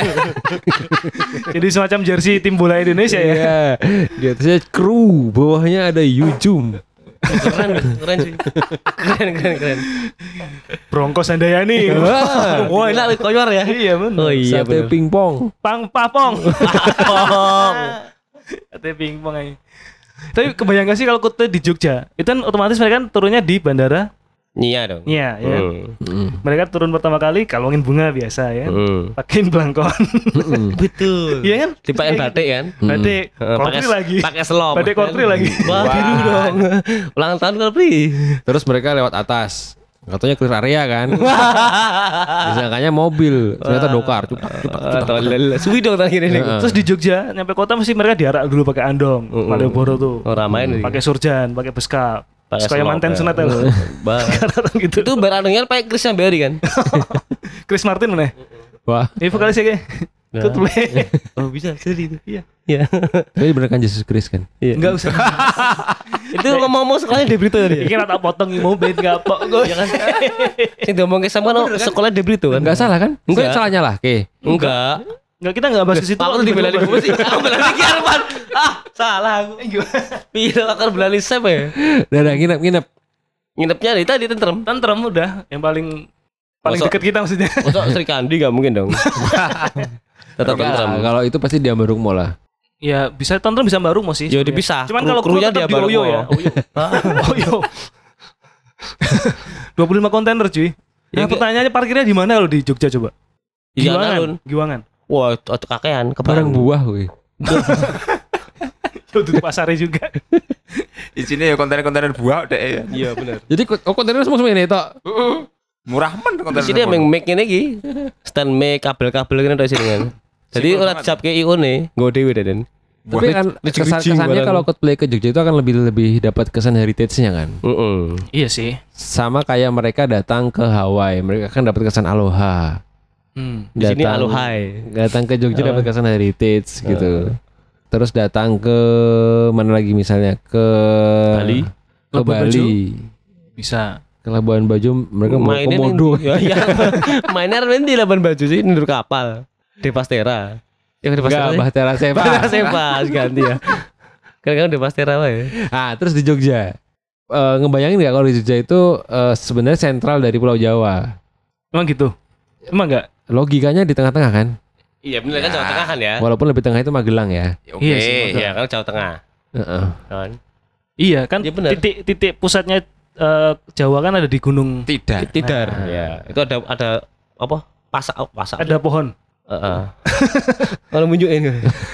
B: Jadi semacam jersey tim bola Indonesia ya.
D: Iya. Di atasnya kru, bawahnya ada Yujum.
C: Keren, keren sih. Keren, keren, keren.
B: Broncos Handayani.
D: Wah,
C: Wah, enak koyor ya.
B: Iya benar.
C: Oh iya
D: sate
C: bener.
D: pingpong.
B: Pang papong.
C: Papong.
B: Sate pingpong aja. Tapi kebayang gak sih kalau Coldplay di Jogja? Itu kan otomatis mereka kan turunnya di bandara.
C: Nia dong.
B: Iya, ya.
C: Hmm.
B: Mereka turun pertama kali kalungin bunga biasa ya.
C: Hmm.
B: Pakein belangkon.
C: Betul.
B: Iya kan?
C: Dipakein batik kan?
B: Batik
C: Heeh,
B: korpri lagi.
C: Pakai selop.
B: Batik korpri lagi.
C: Wah, biru dong. Ulang tahun korpri.
D: Terus mereka lewat atas. Katanya clear area kan. Disangkanya mobil, ternyata dokar. Cupak, cupak, cupak.
C: Tolol. Suwi dong terakhir ini.
D: Heeh.
B: Terus di Jogja nyampe kota mesti mereka diarak dulu pakai andong,
C: Mm-mm.
B: Malioboro tuh.
C: Oh, ramain nih.
B: Pakai surjan, pakai beskap.
C: Pakai
B: Kayak
C: selop,
B: manten
C: ya.
B: sunat ya loh.
C: Bang.
B: Sekarang gitu.
C: Itu barangnya pakai Chris yang beri kan?
B: Chris Martin mana?
D: Wah,
B: Ini vokalisnya kayak
C: Nah.
B: Coldplay.
C: Oh bisa, jadi itu.
B: Iya.
C: Iya.
D: tapi bener kan Yesus Kristus kan?
C: Iya.
B: Enggak usah.
C: Itu ngomong-ngomong sekolahnya di Brito tadi.
B: Iki tak potong mau band enggak apa.
C: Iya kan? Sing ngomong ke sama kan sekolahnya di Brito kan?
D: Enggak salah kan?
C: Enggak.
D: Enggak salahnya lah, oke.
C: Enggak.
B: Enggak, kita enggak bahas ke situ.
C: Aku tuh dibelani gue sih. Aku belani ki Arman. Ah, salah aku. Iya, aku belani siapa ya?
D: Dadah nginep-nginep.
C: Nginepnya di tadi tentrem.
B: Tentrem udah yang paling paling
C: Masuk-
B: dekat kita maksudnya.
C: Masa Sri Kandi enggak mungkin dong. Tetap
D: Enggak,
C: tentrem.
D: kalau itu pasti di Ambarukmo lah.
B: Ya bisa tentrem bisa baru mau sih.
C: Ya
B: sebenarnya.
C: dipisah.
B: Cuman
C: Kru-
B: kalau
C: krunya
B: krunya
C: dia
B: di Oyo ya.
C: bareng.
B: Oyo. Oyo. dua puluh lima kontainer cuy.
C: Ya,
B: Nah, pertanyaannya parkirnya di mana kalau di Jogja coba?
C: Iya,
B: Giwangan.
C: alun.
B: Giwangan.
C: Wah, itu kakean
D: Barang
C: kebarang
D: buah weh.
B: Itu di pasarnya juga.
A: Di sini ya kontainer-kontainer buah deh ya.
C: Iya benar.
D: Jadi oh, kontainer semua semua ini tok.
A: Murah men
C: Di
A: kontainer.
C: sini yang make ini iki. Stand make kabel-kabel ini dari sini kan. Jadi
A: Simpel
C: ora
A: banget.
C: dijap ke I O nih, nggo dhewe Den.
D: Tapi kan
C: licik-licik
D: kesan-kesannya
C: barang.
D: kalau Coldplay ke Jogja itu akan lebih lebih dapat kesan heritage-nya kan.
C: Heeh.
B: Iya sih.
D: Sama kayak mereka datang ke Hawaii, mereka kan dapat kesan aloha.
B: Hmm.
C: Di sini
D: Datang-
C: alohai.
D: Datang ke Jogja dapat kesan heritage gitu. Terus datang ke mana lagi misalnya ke
C: Bali.
D: ke
B: Labuan Bajo.
D: Bali,
B: Bisa.
D: ke Labuan Bajo mereka mau
C: Mainnya
D: komodo.
C: nih- Ya, iya. Mainnya main di Labuan Bajo sih, nindur kapal. Devastera. Ya Devastera.
D: Enggak, Bahtera Seva.
C: Bahtera Sepas ganti ya. Kan-kan Devastera wae.
D: Ah, terus di Jogja. Eh, ngebayangin nggak kalau di Jogja itu eh, sebenarnya sentral dari Pulau Jawa.
B: Emang gitu? Emang enggak?
D: Logikanya di tengah-tengah kan?
C: Iya benar kan
A: Ya.
C: Jawa Tengah kan ya.
D: Walaupun lebih tengah itu Magelang ya.
A: Oke.
B: Iya sih,
C: Iya kan Jawa Tengah.
D: Heeh.
C: Kan.
B: Iya kan
C: Iya, benar.
B: titik-titik pusatnya eh, Jawa kan ada di gunung.
A: Tidak.
C: Tidar.
B: Nah.
C: Ya. Itu ada ada apa? Pasak oh, pasak.
B: Ada pohon.
C: Heeh. Kalau nunjukin.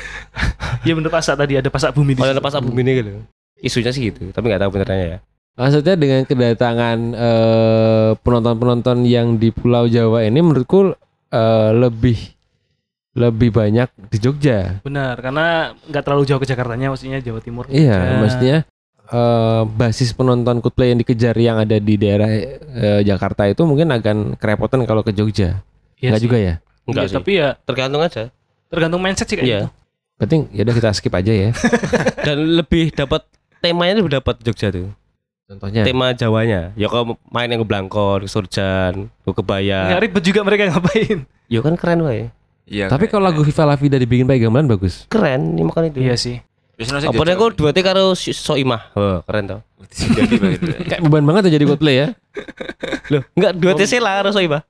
B: Iya bener pasak tadi ada pasak bumi di
C: Kalau
B: situ.
C: ada pasak bumi ini gitu. Isunya sih gitu, tapi nggak tahu benernya ya.
D: Maksudnya dengan kedatangan eh, penonton-penonton yang di Pulau Jawa ini menurutku eh, lebih lebih banyak di Jogja.
B: Benar, karena nggak terlalu jauh ke Jakartanya, maksudnya Jawa Timur.
D: Iya,
B: Jogja.
D: maksudnya eh, basis penonton Coldplay yang dikejar yang ada di daerah eh, Jakarta itu mungkin akan kerepotan kalau ke Jogja.
B: Iya
D: Enggak
B: sih.
D: juga ya?
C: Enggak
B: Iya,
C: sih.
B: tapi ya
C: Tergantung aja.
B: tergantung mindset sih kayak
C: Iya.
B: gitu.
D: Berarti ya udah kita skip aja ya.
C: Dan lebih dapat temanya lebih dapat Jogja tuh.
D: Contohnya.
C: Tema Jawanya. Ya kalau main yang ke Blangkon, ke Surjan, ke Kebaya.
B: Nggak ribet juga mereka ngapain.
C: Ya kan keren wae.
A: Iya.
D: Tapi kalau lagu Viva La Vida dibikin pakai gamelan bagus.
C: Keren, ini makanya itu.
B: Iya sih.
A: biasanya
C: Apa nih kok dua T karo Si- Soimah. Wah, keren tau.
A: jadi begitu.
D: Kayak beban banget tuh jadi Coldplay ya.
C: Loh, enggak dua T Sela karo Soimah.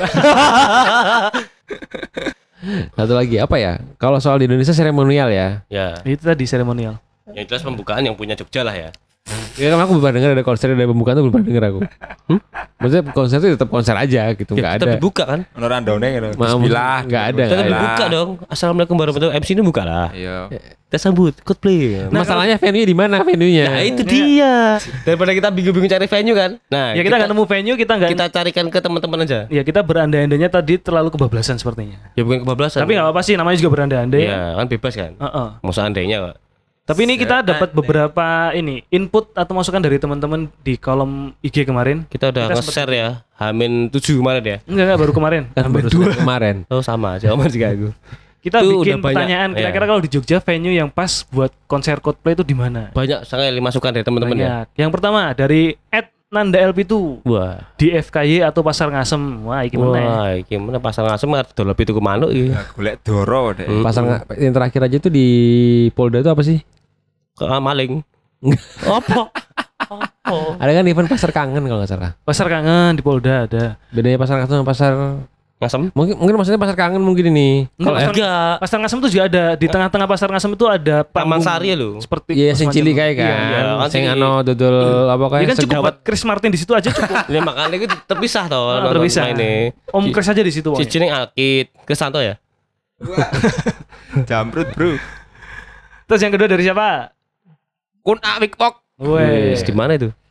D: Satu lagi apa ya? Kalau soal di Indonesia seremonial ya.
C: Ya,
B: Itu tadi seremonial.
C: yang jelas pembukaan yang punya Jogja lah ya.
D: Ya kan aku belum pernah dengar ada konser ada pembukaan tuh belum pernah dengar aku. Hmm? Maksudnya konser itu tetap konser aja gitu,
C: Ya,
D: nggak
C: tetap
D: ada.
C: dibuka kan?
A: Ono randone gitu.
D: Ma-
A: Bismillah.
D: nggak ada,
C: Tetap
D: nggak ada.
C: dibuka dong. Assalamualaikum warahmatullahi wabarakatuh. M C ini buka lah.
A: Iya.
C: Kita sambut Coldplay.
D: Masalahnya venue di mana venue-nya?
C: Nah itu dia. Daripada kita bingung-bingung cari venue kan. Nah
B: Ya kita nggak nemu venue, kita nggak.
C: kita carikan ke teman-teman aja.
B: Ya kita berandai-andainya tadi terlalu kebablasan sepertinya.
C: Ya bukan kebablasan.
B: Tapi nggak apa-apa sih, namanya juga berandai-andai.
C: Iya kan bebas kan.
B: Heeh.
C: Mau seandainya kok.
B: Tapi ini kita dapat beberapa ini input atau masukan dari teman-teman di kolom I G kemarin.
C: Kita udah
B: Kita
C: nge-share ya. Hamin tujuh kemarin ya.
B: Enggak enggak baru kemarin.
D: Kan
B: Hampir
D: baru
B: dua.
D: kemarin.
C: Oh sama aja sama juga aku.
B: Kita
C: Itu
B: bikin
C: udah banyak,
B: pertanyaan
C: ya.
B: kira-kira kalau di Jogja venue yang pas buat konser Coldplay itu di mana?
C: Banyak sekali masukan dari teman-teman ya.
B: Banyak. Yang pertama dari Ed Nanda L P itu
C: Wah.
B: di F K Y atau Pasar Ngasem. Wah, iki mana?
C: Wah, iki mana pasang ngasem ada lebih tuku manuk iki.
A: Nah, golek doro deh.
C: Hmm.
D: Pasal nggak- yang terakhir aja tuh di Polda itu apa sih?
C: Ke ah, maling. Apa? Oh.
D: Ada kan event pasar kangen kalau nggak salah.
B: Pasar Kangen di Polda ada.
D: Bedanya pasar kangen sama pasar
C: Ngasem?
D: mungkin mungkin maksudnya pasar kangen mungkin ini.
B: Enggak, pasar,
C: Enggak.
B: Pasar Ngasem itu juga ada di tengah-tengah Pasar Ngasem itu ada
C: Taman
B: panggung
C: Sari lho.
B: seperti
D: Iya, sing
B: semacam-
D: cilik kayak kan.
B: Iya,
C: iya, kan
D: Sing
C: sing-
D: ano dodol apa
B: Ini
D: kayak
B: kan cukup buat Chris Martin di situ aja cukup.
C: Ya makanya itu terpisah toh.
B: Ah,
C: nonton
B: terpisah.
C: Ini.
B: Om Chris aja di situ.
C: Si
B: pokoknya.
C: jeneng Alkit, Kristanto ya?
A: Jamrut, Bro.
B: Terus yang kedua dari siapa?
A: Kun A TikTok.
B: Weh.
C: Wis di mana itu?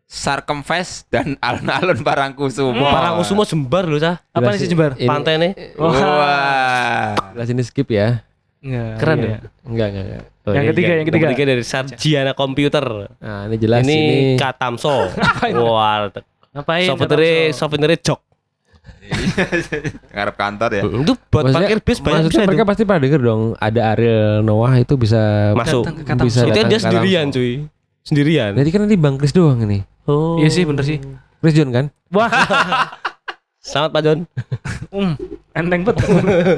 A: Sarkemfest dan alun-alun Parangkusumo.
C: Parangkusumo Jember lho, Cah.
B: Apa nih sih Jember?
D: Ini-
C: Pantai nih.
A: Wah.
D: Jelas ini skip ya.
B: Nggak,
C: Keren
B: iya.
C: ya?
D: Enggak, enggak, enggak.
C: Oh,
B: Yang
C: ini
B: ketiga,
C: kan-
B: yang ketiga.
C: dari Sarjana Komputer.
D: Nah, ini jelas
C: ini,
D: ini.
C: Katamso. Wah,
B: Ngapain?
C: souvenir souvenir jok.
A: Ngarep kantor ya.
C: Itu buat
D: Maksudnya-
C: parkir bis banyak
D: Maksudnya
C: bisa
D: mereka
C: itu.
D: pasti pernah denger dong ada Ariel Noah itu bisa
C: Masuk.
B: Datang ke Katamso.
D: bisa
C: Itu
D: datang
C: dia
D: ke
C: sendirian,
D: Katamso.
C: cuy. Sendirian.
D: Jadi kan nanti Bang Kris doang ini.
C: Oh.
B: Iya sih bener sih.
D: Kris John kan?
B: Wah,
C: Selamat Pak John.
B: um, enteng betul.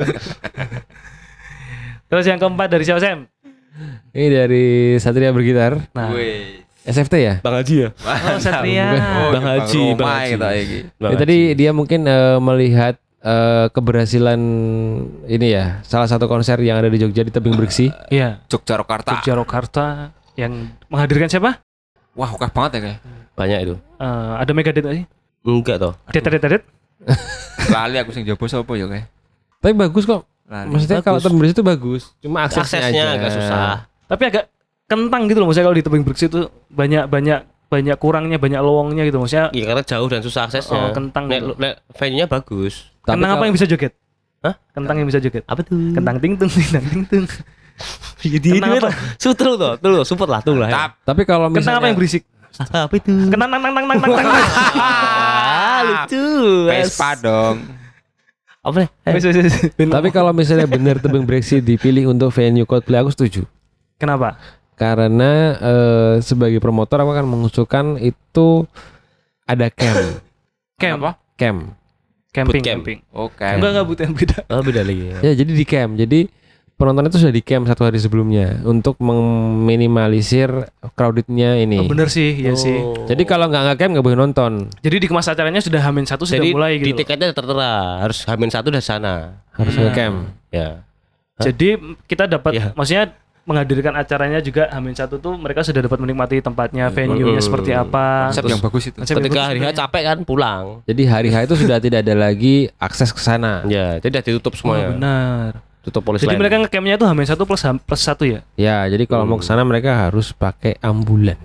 B: Terus yang keempat dari siapa Sam?
D: Ini dari Satria Bergitar.
B: Nah,
A: Wih.
D: S F T ya?
C: Bang Haji ya?
B: oh Satria.
A: Oh,
C: Bang Haji,
A: Roma
C: Bang Haji.
A: kita iki.
C: Bang
D: Ya,
C: Haji.
D: tadi dia mungkin eh, melihat eh, keberhasilan ini ya, salah satu konser yang ada di Jogja di Tebing Breksi.
B: Iya,
A: Yogyakarta.
B: Yogyakarta yang menghadirkan siapa?
A: Wah, oke banget ya kayak.
C: Banyak itu.
B: Eh, ada Megadeth nggak sih?
C: Enggak toh.
B: Adet adet adet.
A: Lali aku sing jobo sapa ya kayak.
D: Tapi bagus kok.
A: Lali.
D: Maksudnya kalau Tebing Breksi itu bagus. Cuma aksesnya,
C: Aksesnya
D: aja.
C: agak susah.
B: Tapi agak kentang gitu loh, maksudnya kalau di tebing Breksi itu banyak banyak banyak kurangnya, banyak lowongnya gitu, maksudnya.
C: Iya karena jauh dan susah aksesnya.
B: Oh, kentang
C: Nek,
B: gitu.
C: nek venue-nya bagus.
D: Tapi
B: Kentang apa
D: kalau-
B: yang bisa joget?
C: Hah?
B: Kentang yang bisa joget.
C: Apa tuh?
B: Kentang ting tung ting tang ting tung.
C: Jadi
B: Kentang apa?
C: Sutru tuh, tuh support lah, tuh lah.
A: Tap.
D: Tapi kalau
B: Kentang
D: misalnya
B: apa yang berisik?
C: Apa itu?
B: Kentang tang tang tang tang tang tang.
C: Ah, lucu.
A: Vespa dong.
C: Apa nih?
B: Wes, wes, wes.
D: Tapi kalau misalnya benar Tebing Breksi dipilih untuk venue Coldplay, aku setuju.
B: Kenapa?
D: Karena eh, sebagai promotor aku akan mengusulkan itu ada camp,
B: Camp.
A: Apa?
D: camp.
B: Camping,
C: Bootcamp.
B: camping.
A: Oke.
B: Enggak enggak butuh yang beda.
C: Oh beda lagi. Ya.
D: Ya jadi di camp. Jadi penonton itu sudah di camp satu hari sebelumnya untuk meminimalisir crowdednya ini.
B: Oh, bener sih, iya sih.
D: Jadi kalau nggak nggak camp nggak boleh nonton.
B: Jadi di kemas acaranya sudah hamin satu sudah
C: Jadi
B: mulai
C: di
B: gitu. loh.
C: tiketnya tertera harus hamin satu dari sana.
D: Harus
B: Nah.
D: nge-camp.
C: Ya.
B: Jadi kita dapat,
C: Iya.
B: maksudnya menghadirkan acaranya juga hamin satu tuh mereka sudah dapat menikmati tempatnya, venue-nya
C: Mm.
B: seperti apa.
A: Konsep
C: Terus-
A: yang bagus itu.
B: Konsep yang
C: Ketika
B: bagus
C: hari H
B: sebenarnya.
C: capek kan pulang.
D: Jadi hari H itu sudah tidak ada lagi akses ke sana.
C: Ya, jadi udah ditutup
B: Oh,
C: semuanya.
B: benar.
C: Tutup polis
B: Jadi
C: lain.
B: mereka nge-campnya itu hamin satu plus ham- plus satu ya.
D: Ya, jadi kalau mau ke sana mereka harus pakai ambulan.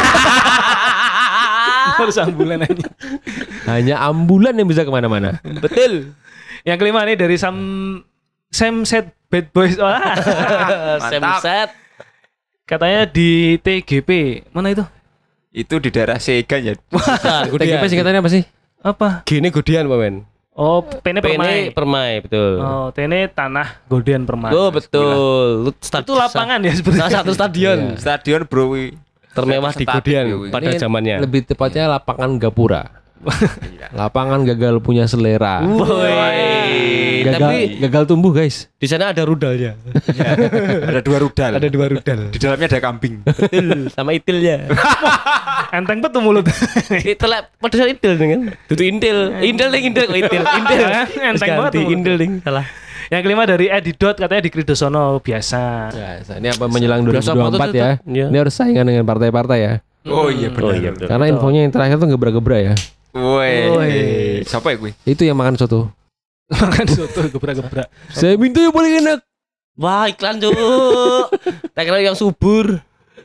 B: Harus ambulan aja.
D: Hanya ambulan yang bisa kemana-mana.
C: Betul.
B: Yang kelima nih dari Sam Sam Set Bad Boys. Wah.
C: Samset.
B: Katanya di T G P. Mana itu?
A: Itu di daerah Segan ya.
C: Nah,
D: T G P singkatannya apa sih?
B: Apa?
C: Gini Gudian, Pak Men.
B: Oh, Pene Permai.
C: Pene Permai, betul.
B: Oh, Tene Tanah Golden Permai.
C: Oh, betul. Lu stad-
B: Itu lapangan ya sebenarnya.
C: Salah satu stadion
A: Stadion Browi.
C: termewah di
A: Statik
C: Gudian
A: ya,
C: pada
D: Ini
C: zamannya.
D: Lebih tepatnya lapangan Gapura. Lapangan gagal punya selera.
C: Woi.
D: Gagal,
C: Tapi
D: gagal tumbuh, guys.
C: di sana ada rudalnya.
A: Ada dua rudal.
C: Ada dua rudal.
A: Di dalamnya ada kambing.
C: Betul, sama itilnya.
B: Enteng betul mulut.
C: Itu lah padahal itil kan. Dudu intil. Intil ning intil kok itil. Intil.
B: Enteng banget tuh.
C: Intil ning salah.
B: Yang kelima dari Edidot katanya di Kridosono biasa.
D: Ya, ini apa menjelang
C: Biasa
D: dua ribu dua puluh empat
C: foto
D: ya.
C: tuh, iya.
D: Ini harus saingan dengan partai-partai ya.
A: Oh iya benar.
C: Oh iya betul.
D: Karena infonya yang terakhir tuh gebrak-gebrak ya.
A: Woi. Siapa ya gue?
D: Itu yang makan soto.
B: Makan soto gebrak-gebrak.
D: Saya minta yang paling enak.
C: Wah, iklan, Cuk. Tak kira yang subur.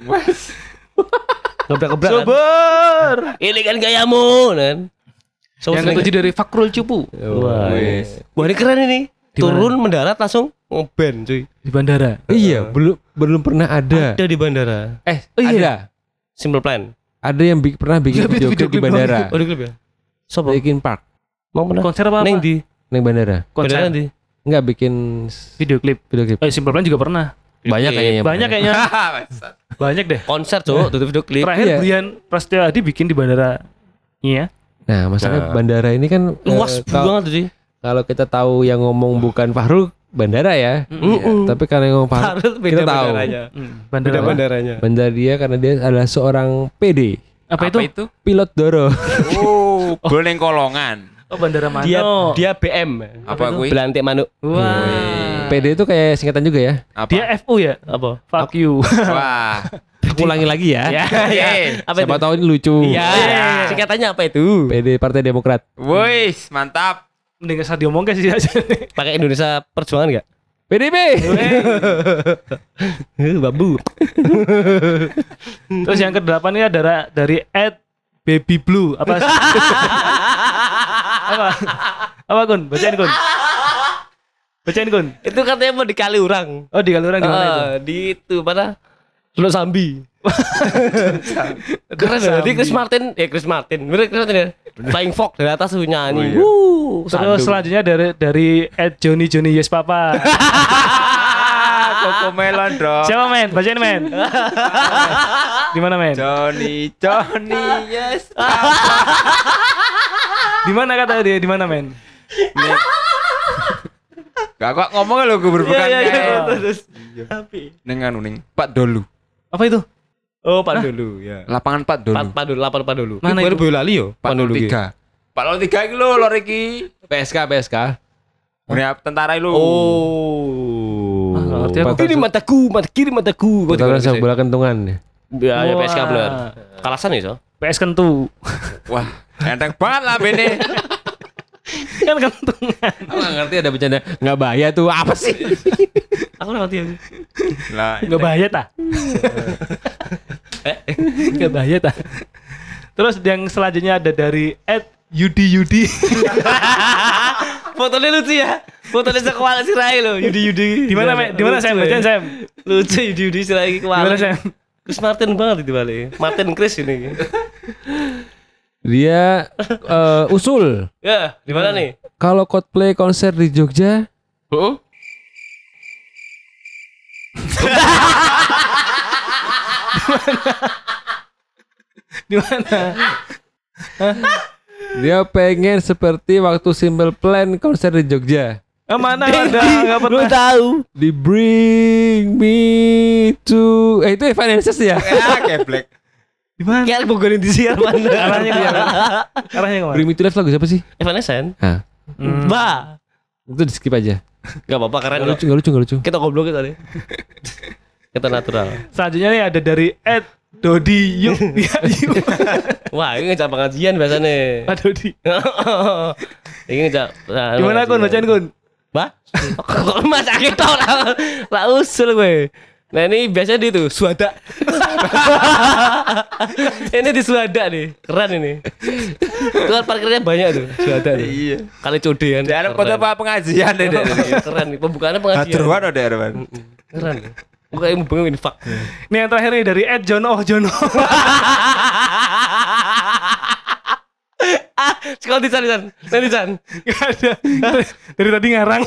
C: Gebrak-gebrak. Kan?
B: Sober.
C: Ini kan gayamu, kan.
B: Yang ketujuh dari Fakrul Cupu
C: Wah,
A: Wes.
C: wah ini keren ini.
B: Di mana?
C: Turun mendarat langsung ngoben, cuy.
B: di bandara.
D: Iya, belum belum pernah ada.
C: Ada di bandara.
D: Eh,
B: Oh iya.
D: ada.
C: Simple Plan.
D: Ada yang bi- pernah bikin
B: Iya,
D: video,
B: video
D: klip di
B: klip
D: bandara.
C: Oh, di klip ya? Sopo?
D: Bikin park,
C: Mau pernah?
B: Konser apa?
C: Neng
B: apa?
C: di
D: neng bandara.
B: Konser.
C: bandara di.
D: Enggak bikin
B: Video klip.
D: video klip.
B: Eh, Simple Plan juga pernah.
D: Banyak kayaknya. yang
B: Banyak
D: pernah.
B: kayaknya. Banyak deh.
C: Konser, Cuk, tutup video klip.
B: Terakhir
D: Iya.
B: Brian Prasetyo Adi bikin di bandara. Iya.
D: Nah, masalahnya
A: Nah.
D: bandara ini kan
C: Luas
D: eh, kalau,
C: banget tuh, sih.
D: kalau kita tahu yang ngomong bukan Fahrul bandara ya.
C: Mm-mm.
D: Tapi karena yang ngomong Fahrul,
C: Harus beda
D: kita tahu.
C: bandaranya.
B: Hmm,
C: Beda
B: bandara. apa?
C: bandaranya.
D: Bandara dia karena dia adalah seorang P D,
B: Apa,
A: Apa
B: itu?
A: itu?
D: pilot Doro.
A: Oh, boleh kolongan.
B: Oh, bandara mana?
C: Dia dia B M.
A: Apa gue?
C: Belantik manuk.
B: Wah.
D: P D itu kayak singkatan juga ya.
A: Apa?
B: Dia F U ya?
C: Apa?
B: Fuck you.
A: Wah.
D: Aku ulangi lagi ya.
C: Ya, ya. Apa
D: Siapa
C: itu?
D: tahu ini lucu.
C: Iya,
A: Iya.
C: singkatannya apa itu?
D: P D Partai Demokrat.
A: Wis, mantap.
B: Mending usah diomongkan sih aja nih.
C: Pakai Indonesia Perjuangan enggak?
D: P D P.
C: Babu.
B: Terus yang kedelapan ini ada dari Ed Baby Blue apa? apa? Apa Kun? Bacain Kun. Bacain Kun.
C: Itu katanya mau dikali orang.
B: Oh di Galurang di mana itu?
C: Ah, di itu mana? Lulus Sambi. Keren ya. Jadi Chris Martin, ya Chris Martin, bener Chris Martin ya. Flying Fox dari atas tuh nyanyi. Wuh,
B: Terus selanjutnya dari dari Ed Johnny Johnny Yes Papa.
A: Koko Melon dong.
B: Siapa men? Bacain men. Di mana men?
A: Johnny, Johnny, yes.
B: Di mana kata dia? Di mana men?
A: Nih. Gak kok ngomongnya lo gue berbukan
C: Iya, iya, iya.
A: kayak
C: Terus. Tapi.
A: Neng anu ning Pak Dolu.
B: Apa itu?
C: Oh, Pak dulu ya.
A: Lapangan Pak Dolu.
C: Pak dulu, lapor Pak dulu.
B: Mana
C: Baru
B: itu?
C: Boyolali yo.
A: Pak Dolu tiga. Pak Dolu tiga iki lho lor iki.
D: P S K P S K.
A: Udah tentara lu.
C: Oh.
B: Ah, nggak ngerti aku.
C: Ini mataku, mata kiri mataku. Kau
D: Betul sepak bola kentungan.
C: Ya, ya P S K
B: Wah.
C: bener. Kalasan ya, so.
B: P S Kentu.
A: Wah, enteng banget lah bene.
B: Kan kentungan.
D: Aku nggak ngerti ada bercanda nggak bahaya tuh apa sih?
C: Aku nggak ngerti.
A: Lah,
B: Enggak bahaya ta? Enggak bahaya ta? Terus yang selanjutnya ada dari Ed Yudi Yudi.
C: Fotonya lucu ya. Fotonya sekolah si Rai lo. Yudi Yudi.
B: Di mana men? Di mana Sam? Bacain Sam.
C: Lucu Yudi Yudi si Rai
B: Di mana
C: kewala.
B: Sam?
C: Chris Martin banget itu balik. Martin Chris ini.
D: Dia eh, usul
C: Ya, di mana nih?
D: kalau Coldplay konser di Jogja,
C: Oh.
B: Di mana?
D: dia pengen seperti waktu Simple Plan konser di Jogja.
B: Ah, mana ada? Enggak
C: Lu
B: pernah.
C: tahu?
D: Di Bring Me to eh itu Evanescence ya?
A: ya geblek.
B: Di mana?
C: Kayak Bogor di siar mana?
B: Arahnya kemana? Arahnya kemana?
D: Bring Me to Life lagu siapa sih?
C: Evanescence.
D: Hah,
B: Hmm.
C: Ba.
D: itu di skip aja.
C: Gak apa-apa keren
D: Gak
C: kok.
D: lucu, gak lucu, gak lucu.
C: Kita goblok tadi. Kita natural.
B: Selanjutnya nih ada dari Ed Dodi Yuk. Ya, Yuk.
C: Wah, ini ngejak pengajian biasanya.
B: Pak Dodi.
C: Ini ngejak.
B: Di mana Kun? Bacain Kun.
C: Bah? Kok mas sakit tau lah. Lah usul gue. Nah ini biasanya di itu Suada. Ini di Suada nih. Keren ini. Itu kan parkirnya banyak tuh. Suada tuh.
A: Iya.
C: Kali code kan.
A: Dia ada kota Pak pengajian deh.
C: Keren nih. Pembukaannya pengajian.
A: Hadruan ada Erwan.
C: Keren. Bukan ilmu pengen infak.
B: Nih yang terakhir nih dari Ed Jono Jono.
C: Ah, sekolah di sana, di sana. Nah, di sana.
B: Gak ada. Dari tadi ngarang.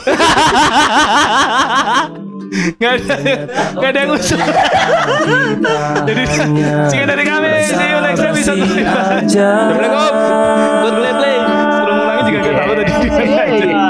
B: Gak ada. Gak ada yang usul. Jadi sekian dari kami. See you next episode.
A: Assalamualaikum.
C: Good play play.
B: Suruh ngulangin juga gak tahu tadi di mana aja.